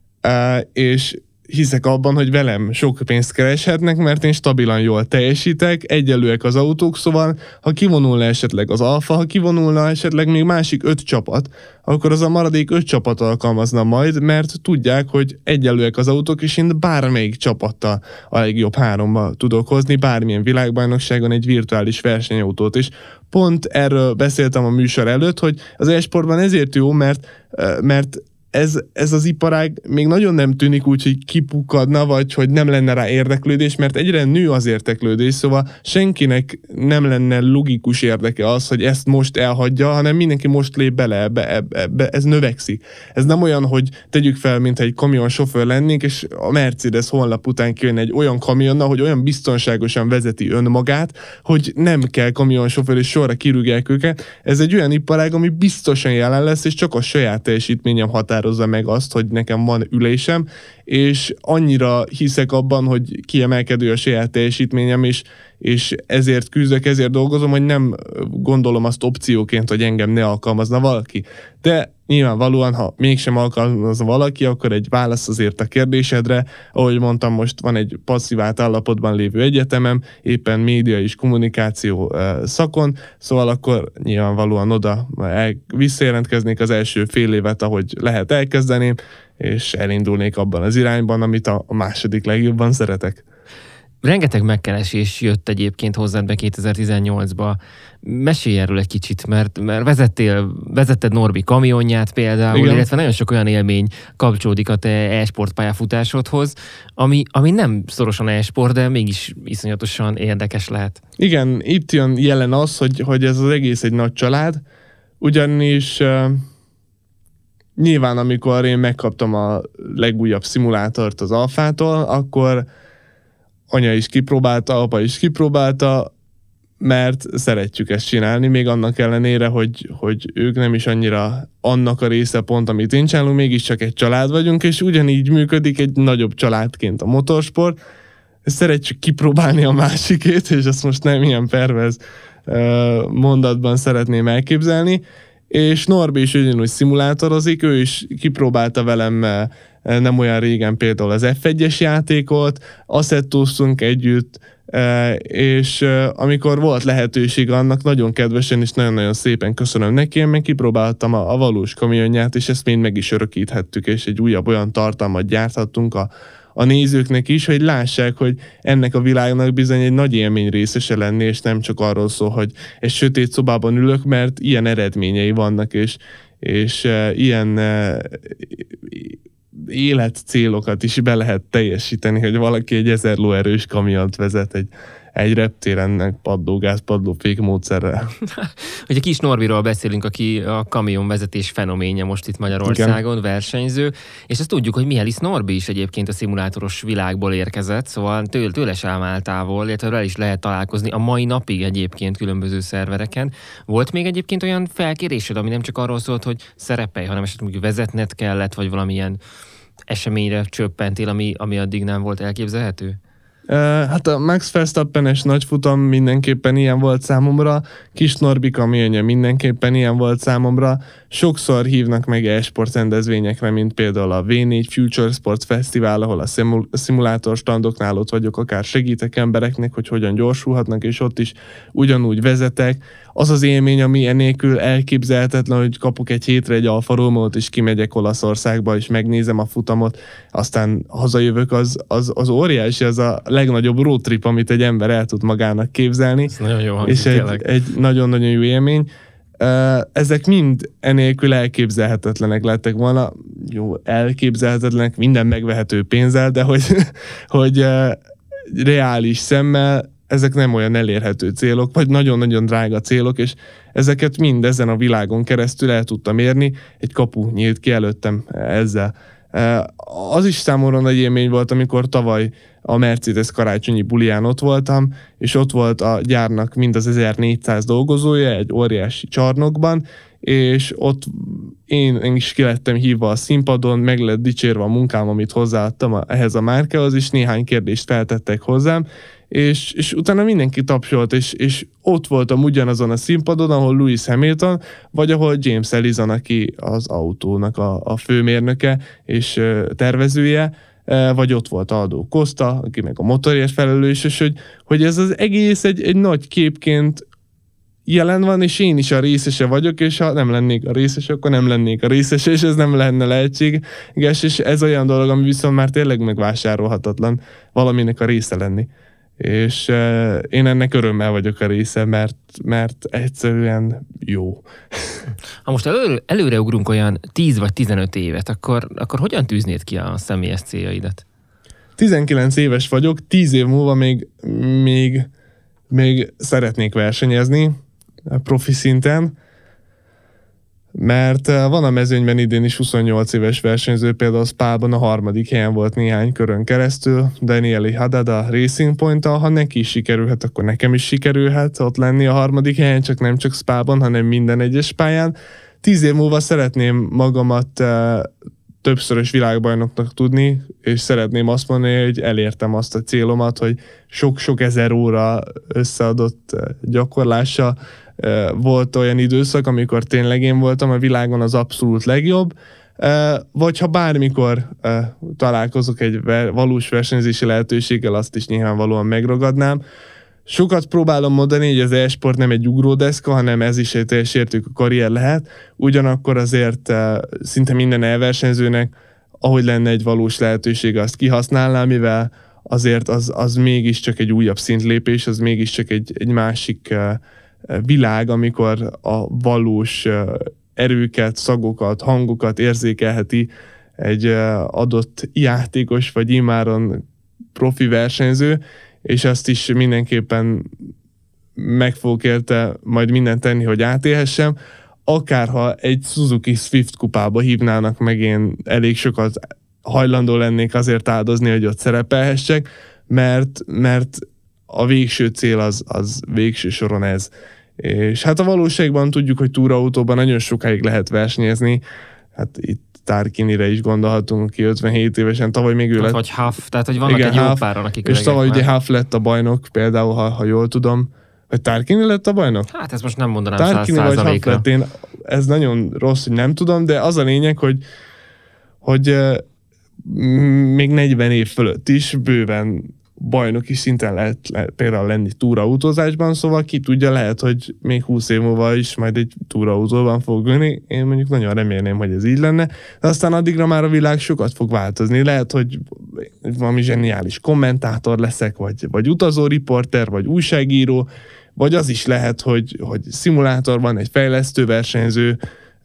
és hiszek abban, hogy velem sok pénzt kereshetnek, mert én stabilan jól teljesítek, egyenlőek az autók, szóval ha kivonulna esetleg az Alfa, ha kivonulna esetleg még másik öt csapat, akkor az a maradék öt csapat alkalmazna majd, mert tudják, hogy egyenlőek az autók, és én bármelyik csapattal a legjobb háromba tudok hozni, bármilyen világbajnokságon egy virtuális versenyautót is. Pont erről beszéltem a műsor előtt, hogy az e-sportban ezért jó, mert, mert Ez, ez az iparág még nagyon nem tűnik úgy, hogy kipukkadna, vagy hogy nem lenne rá érdeklődés, mert egyre nő az érdeklődés, szóval senkinek nem lenne logikus érdeke az, hogy ezt most elhagyja, hanem mindenki most lép bele ebbe, ebbe, ebbe, ez növekszik. Ez nem olyan, hogy tegyük fel, mint egy kamionsofőr lennénk, és a Mercedes holnap után kijön egy olyan kamionnal, hogy olyan biztonságosan vezeti önmagát, hogy nem kell kamionsofőr, és sorra kirúgják őket. Ez egy olyan iparág, ami biztosan jelen lesz, és csak a saját teljesítményem határ meg azt, hogy nekem van ülésem, és annyira hiszek abban, hogy kiemelkedő a saját teljesítményem, és, és ezért küzdök, ezért dolgozom, hogy nem gondolom azt opcióként, hogy engem ne alkalmazna valaki. De nyilvánvalóan, ha mégsem alkalmazna valaki, akkor egy válasz azért a kérdésedre. Ahogy mondtam, most van egy passzívált állapotban lévő egyetemem, éppen média és kommunikáció szakon, szóval akkor nyilvánvalóan oda visszajelentkeznék az első fél évet, ahogy lehet elkezdeném, és elindulnék abban az irányban, amit a második legjobban szeretek. Rengeteg megkeresés jött egyébként hozzád be kétezer-tizennyolcba. Mesélj erről egy kicsit, mert, mert vezettél, vezetted Norbi kamionját például, igen, illetve nagyon sok olyan élmény kapcsolódik a te e-sport pályafutásodhoz, ami, ami nem szorosan e-sport, de mégis iszonyatosan érdekes lehet. Igen, itt jön jelen az, hogy, hogy ez az egész egy nagy család, ugyanis uh, nyilván amikor én megkaptam a legújabb szimulátort az Alfától, akkor anya is kipróbálta, apa is kipróbálta, mert szeretjük ezt csinálni, még annak ellenére, hogy, hogy ők nem is annyira annak a része pont, amit én csinálunk, mégiscsak egy család vagyunk, és ugyanígy működik egy nagyobb családként a motorsport. Szeretjük kipróbálni a másikét, és ezt most nem ilyen pervez mondatban szeretném elképzelni, és Norbi is ugyanúgy szimulátorozik, ő is kipróbálta velem nem olyan régen például az ef egyes játékot, assettóztunk együtt, és amikor volt lehetőség annak, nagyon kedvesen és nagyon-nagyon szépen köszönöm neki, én meg kipróbáltam a, a valós kamionját, és ezt mind meg is örökíthettük, és egy újabb olyan tartalmat gyárthattunk a, a nézőknek is, hogy lássák, hogy ennek a világnak bizony egy nagy élmény részese lenni, és nem csak arról szól, hogy egy sötét szobában ülök, mert ilyen eredményei vannak, és, és uh, ilyen uh, életcélokat is be lehet teljesíteni, hogy valaki egy ezer lóerős kamiont vezet egy, egy reptérennek padlógáz, padlófék módszerrel. Ugye Kis Norbiról beszélünk, aki a kamionvezetés fenoménje most itt Magyarországon, igen, versenyző, és ezt tudjuk, hogy Mihály Norbi is egyébként a szimulátoros világból érkezett, szóval tőle, tőle sem áll távol, illetve rá is lehet találkozni a mai napig egyébként különböző szervereken. Volt még egyébként olyan felkérésed, ami nem csak arról szólt, hogy szerepelj, hanem esetleg vezetned kellett, vagy valamilyen eseményre csöppentél, ami, ami addig nem volt elképzelhető? Uh, hát a Max Verstappen-es nagyfutam mindenképpen ilyen volt számomra, Kis Norbi kamionja mindenképpen ilyen volt számomra. Sokszor hívnak meg e-sport rendezvényekre, mint például a vé négy Future Sports Fesztivál, ahol a szimul- szimulátor standoknál ott vagyok, akár segítek embereknek, hogy hogyan gyorsulhatnak, és ott is ugyanúgy vezetek. Az az élmény, ami enélkül elképzelhetetlen, hogy kapok egy hétre egy Alfa Romeo-t, és kimegyek Olaszországba, és megnézem a futamot, aztán hazajövök, az, az, az óriási, az a legnagyobb roadtrip, amit egy ember el tud magának képzelni. Ez nagyon jó hangzik, és egy, egy nagyon-nagyon jó élmény. Ezek mind enélkül elképzelhetetlenek lettek volna. Jó, elképzelhetetlenek, minden megvehető pénzzel, de hogy, hogy reális szemmel ezek nem olyan elérhető célok, vagy nagyon-nagyon drága célok, és ezeket mind ezen a világon keresztül el tudtam érni. Egy kapu nyílt ki előttem ezzel. Az is számomra nagy élmény volt, amikor tavaly a Mercedes karácsonyi buliján ott voltam, és ott volt a gyárnak mind az ezernégyszáz dolgozója egy óriási csarnokban, és ott én, én is ki lettem hívva a színpadon, meg lett dicsérve a munkám, amit hozzáadtam a, ehhez a márkához, és néhány kérdést feltettek hozzám, és, és utána mindenki tapsolt, és, és ott voltam ugyanazon a színpadon, ahol Lewis Hamilton, vagy ahol James Ellison, aki az autónak a, a főmérnöke és uh, tervezője, uh, vagy ott volt Aldo Costa, aki meg a motorért felelős, és hogy, hogy ez az egész egy, egy nagy képként jelen van, és én is a részese vagyok, és ha nem lennék a részes, akkor nem lennék a részese, és ez nem lenne lehetséges, és ez olyan dolog, ami viszont már tényleg megvásárolhatatlan valaminek a része lenni. És uh, én ennek örömmel vagyok a része, mert, mert egyszerűen jó. Ha most elő, előre ugrunk olyan tíz vagy tizenöt évet, akkor, akkor hogyan tűznéd ki a személyes céljaidat? tizenkilenc éves vagyok, tíz év múlva még, még, még szeretnék versenyezni profi szinten, mert van a mezőnyben idén is huszonnyolc éves versenyző, például Spában a harmadik helyen volt néhány körön keresztül, Danieli Haddad a Racing Point-tal, ha neki is sikerülhet, akkor nekem is sikerülhet ott lenni a harmadik helyen, csak nem csak Spában, hanem minden egyes pályán. Tíz év múlva szeretném magamat uh, többszörös világbajnoknak tudni, és szeretném azt mondani, hogy elértem azt a célomat, hogy sok-sok ezer óra összeadott gyakorlása volt olyan időszak, amikor tényleg én voltam a világon az abszolút legjobb, vagy ha bármikor találkozok egy valós versenyzési lehetőséggel, azt is nyilvánvalóan megragadnám. Sokat próbálom mondani, hogy az e-sport nem egy ugródeszka, hanem ez is egy teljes értékű karrier lehet. Ugyanakkor azért szinte minden elversenyzőnek, ahogy lenne egy valós lehetőség, azt kihasználná, mivel azért az, az mégiscsak egy újabb szintlépés, az mégiscsak egy, egy másik világ, amikor a valós erőket, szagokat, hangokat érzékelheti egy adott játékos, vagy immáron profi versenyző, és azt is mindenképpen meg fogok érte majd mindent tenni, hogy átélhessem. Akárha egy Suzuki Swift kupába hívnának meg, én elég sokat hajlandó lennék azért áldozni, hogy ott szerepelhessek, mert, mert a végső cél az, az végső soron ez. És hát a valóságban tudjuk, hogy túraautóban nagyon sokáig lehet versenyezni. Hát itt Tarquinire is gondolhatunk, aki ötvenhét évesen, tavaly még ő lett. Vagy Huff, tehát hogy vannak igen, egy jó Huff, páran, akik és tavaly ugye Huff lett a bajnok, például, ha, ha jól tudom. Vagy Tarquini lett a bajnok? Hát ezt most nem mondanám száz százalékra. Tarquini vagy Huff lett, én, ez nagyon rossz, hogy nem tudom, de az a lényeg, hogy, hogy uh, még negyven év fölött is bőven bajnoki szinten lehet, lehet például lenni túrautózásban, szóval ki tudja, lehet, hogy még húsz év múlva is majd egy túrautóban fog ülni. Én mondjuk nagyon remélném, hogy ez így lenne, de aztán addigra már a világ sokat fog változni. Lehet, hogy valami zseniális kommentátor leszek, vagy, vagy utazó riporter, vagy újságíró, vagy az is lehet, hogy, hogy szimulátorban egy fejlesztő versenyző,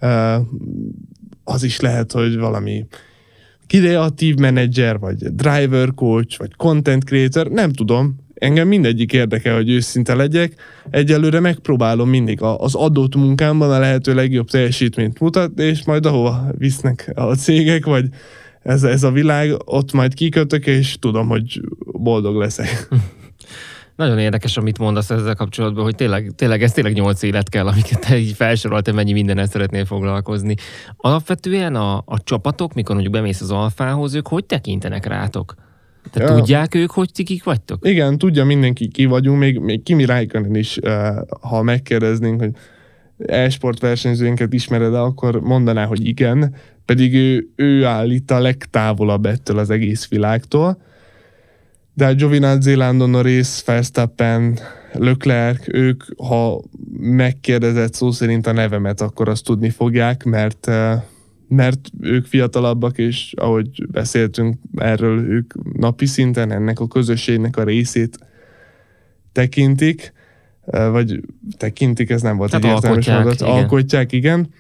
az is lehet, hogy valami kreatív menedzser, vagy driver coach, vagy content creator, nem tudom. Engem mindegyik érdekel, hogy őszinte legyek. Egyelőre megpróbálom mindig az adott munkámban a lehető legjobb teljesítményt mutatni, és majd ahova visznek a cégek, vagy ez, ez a világ, ott majd kikötök, és tudom, hogy boldog leszek. Nagyon érdekes, amit mondasz ezzel kapcsolatban, hogy tényleg, tényleg ez tényleg nyolc élet kell, amiket te így felsoroltál, mennyi mindennel szeretnél foglalkozni. Alapvetően a, a csapatok, mikor mondjuk bemész az Alfához, ők hogy tekintenek rátok? Te ja. Tudják ők, hogy ti kik vagytok? Igen, tudja mindenki, ki vagyunk, még, még Kimi Räikkönen is, ha megkérdeznénk, hogy e-sport versenyzőinket ismered-e, akkor mondaná, hogy igen, pedig ő, ő áll itt a legtávolabb ettől az egész világtól. De a Giovinazzi, Lando Norris, Verstappen, Leclerc, ők, ha megkérdezett szó szerint a nevemet, akkor azt tudni fogják, mert, mert ők fiatalabbak, és ahogy beszéltünk erről, ők napi szinten ennek a közösségnek a részét tekintik, vagy tekintik, ez nem volt hát egy értelmes mondat, igen. alkotják, igen.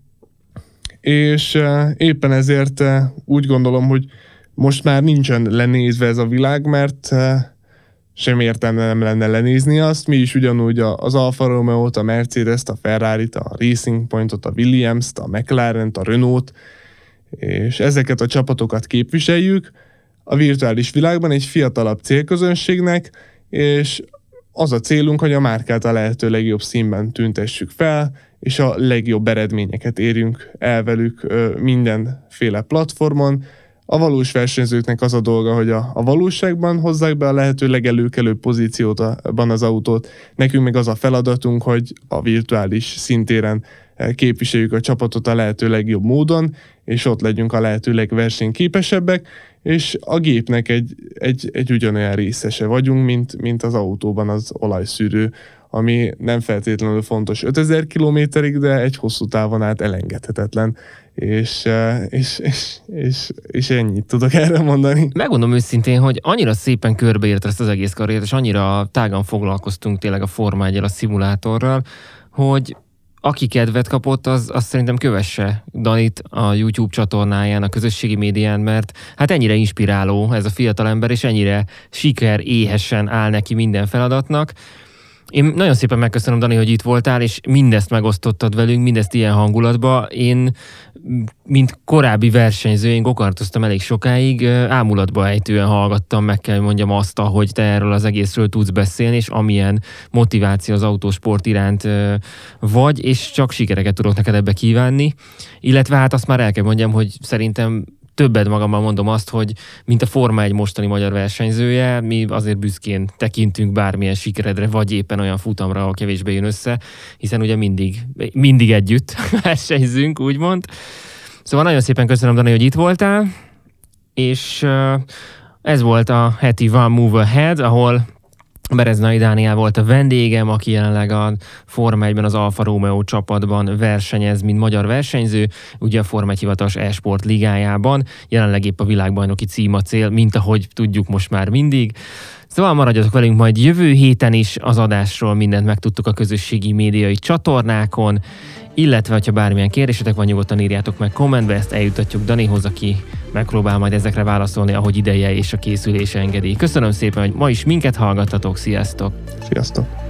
És éppen ezért úgy gondolom, hogy most már nincsen lenézve ez a világ, mert sem értelme nem lenne lenézni azt. Mi is ugyanúgy az Alfa Romeo-t, a Mercedes-t, a Ferrari-t, a Racing Point-ot, a Williams-t, a McLaren-t, a Renault-t, és ezeket a csapatokat képviseljük. a virtuális világban egy fiatalabb célközönségnek, és az a célunk, hogy a márkát a lehető legjobb színben tüntessük fel, és a legjobb eredményeket érjünk el velük mindenféle platformon. A valós versenyzőknek az a dolga, hogy a, a valóságban hozzák be a lehető legelőkelőbb pozícióban az autót. Nekünk meg az a feladatunk, hogy a virtuális szintéren képviseljük a csapatot a lehető legjobb módon, és ott legyünk a lehető legversenyképesebbek, és a gépnek egy, egy, egy ugyanolyan részese vagyunk, mint, mint az autóban az olajszűrő, ami nem feltétlenül fontos ötezer kilométerig, de egy hosszú távon át elengedhetetlen, és, és, és, és, és ennyit tudok erre mondani. Megmondom őszintén, hogy annyira szépen körbeért ezt az egész karriert, és annyira tágan foglalkoztunk tényleg a Forma egyel, a szimulátorral, hogy aki kedvet kapott, az, az szerintem kövesse Danit a YouTube csatornáján, a közösségi médián, mert hát ennyire inspiráló ez a fiatalember, és ennyire siker éhesen áll neki minden feladatnak. Én nagyon szépen megköszönöm, Dani, hogy itt voltál, és mindezt megosztottad velünk, mindezt ilyen hangulatba. Én, mint korábbi versenyző, én gokartoztam elég sokáig, ámulatba ejtően hallgattam, meg kell mondjam azt, ahogy te erről az egészről tudsz beszélni, és amilyen motiváció az autósport iránt vagy, és csak sikereket tudok neked ebbe kívánni. Illetve hát azt már el kell mondjam, hogy szerintem többet magammal mondom azt, hogy mint a Forma egy mostani magyar versenyzője, mi azért büszkén tekintünk bármilyen sikeredre, vagy éppen olyan futamra, ahol kevésbé jön össze, hiszen ugye mindig, mindig együtt versenyzünk, úgymond. Szóval nagyon szépen köszönöm, Dani, hogy itt voltál, és ez volt a heti One Move Ahead, ahol Bereznai Dániel volt a vendégem, aki jelenleg a Forma egyben az Alfa Romeo csapatban versenyez, mint magyar versenyző, ugye a Forma egy hivatalos e-sport ligájában, jelenleg épp a világbajnoki cím a cél, mint ahogy tudjuk most már mindig. Szóval maradjatok velünk majd jövő héten is, az adásról mindent megtudtuk a közösségi médiai csatornákon, illetve, ha bármilyen kérdésetek van, nyugodtan írjátok meg kommentbe, ezt eljutatjuk Danihoz, aki megpróbál majd ezekre válaszolni, ahogy ideje és a készülése engedi. Köszönöm szépen, hogy ma is minket hallgattatok, sziasztok! Sziasztok!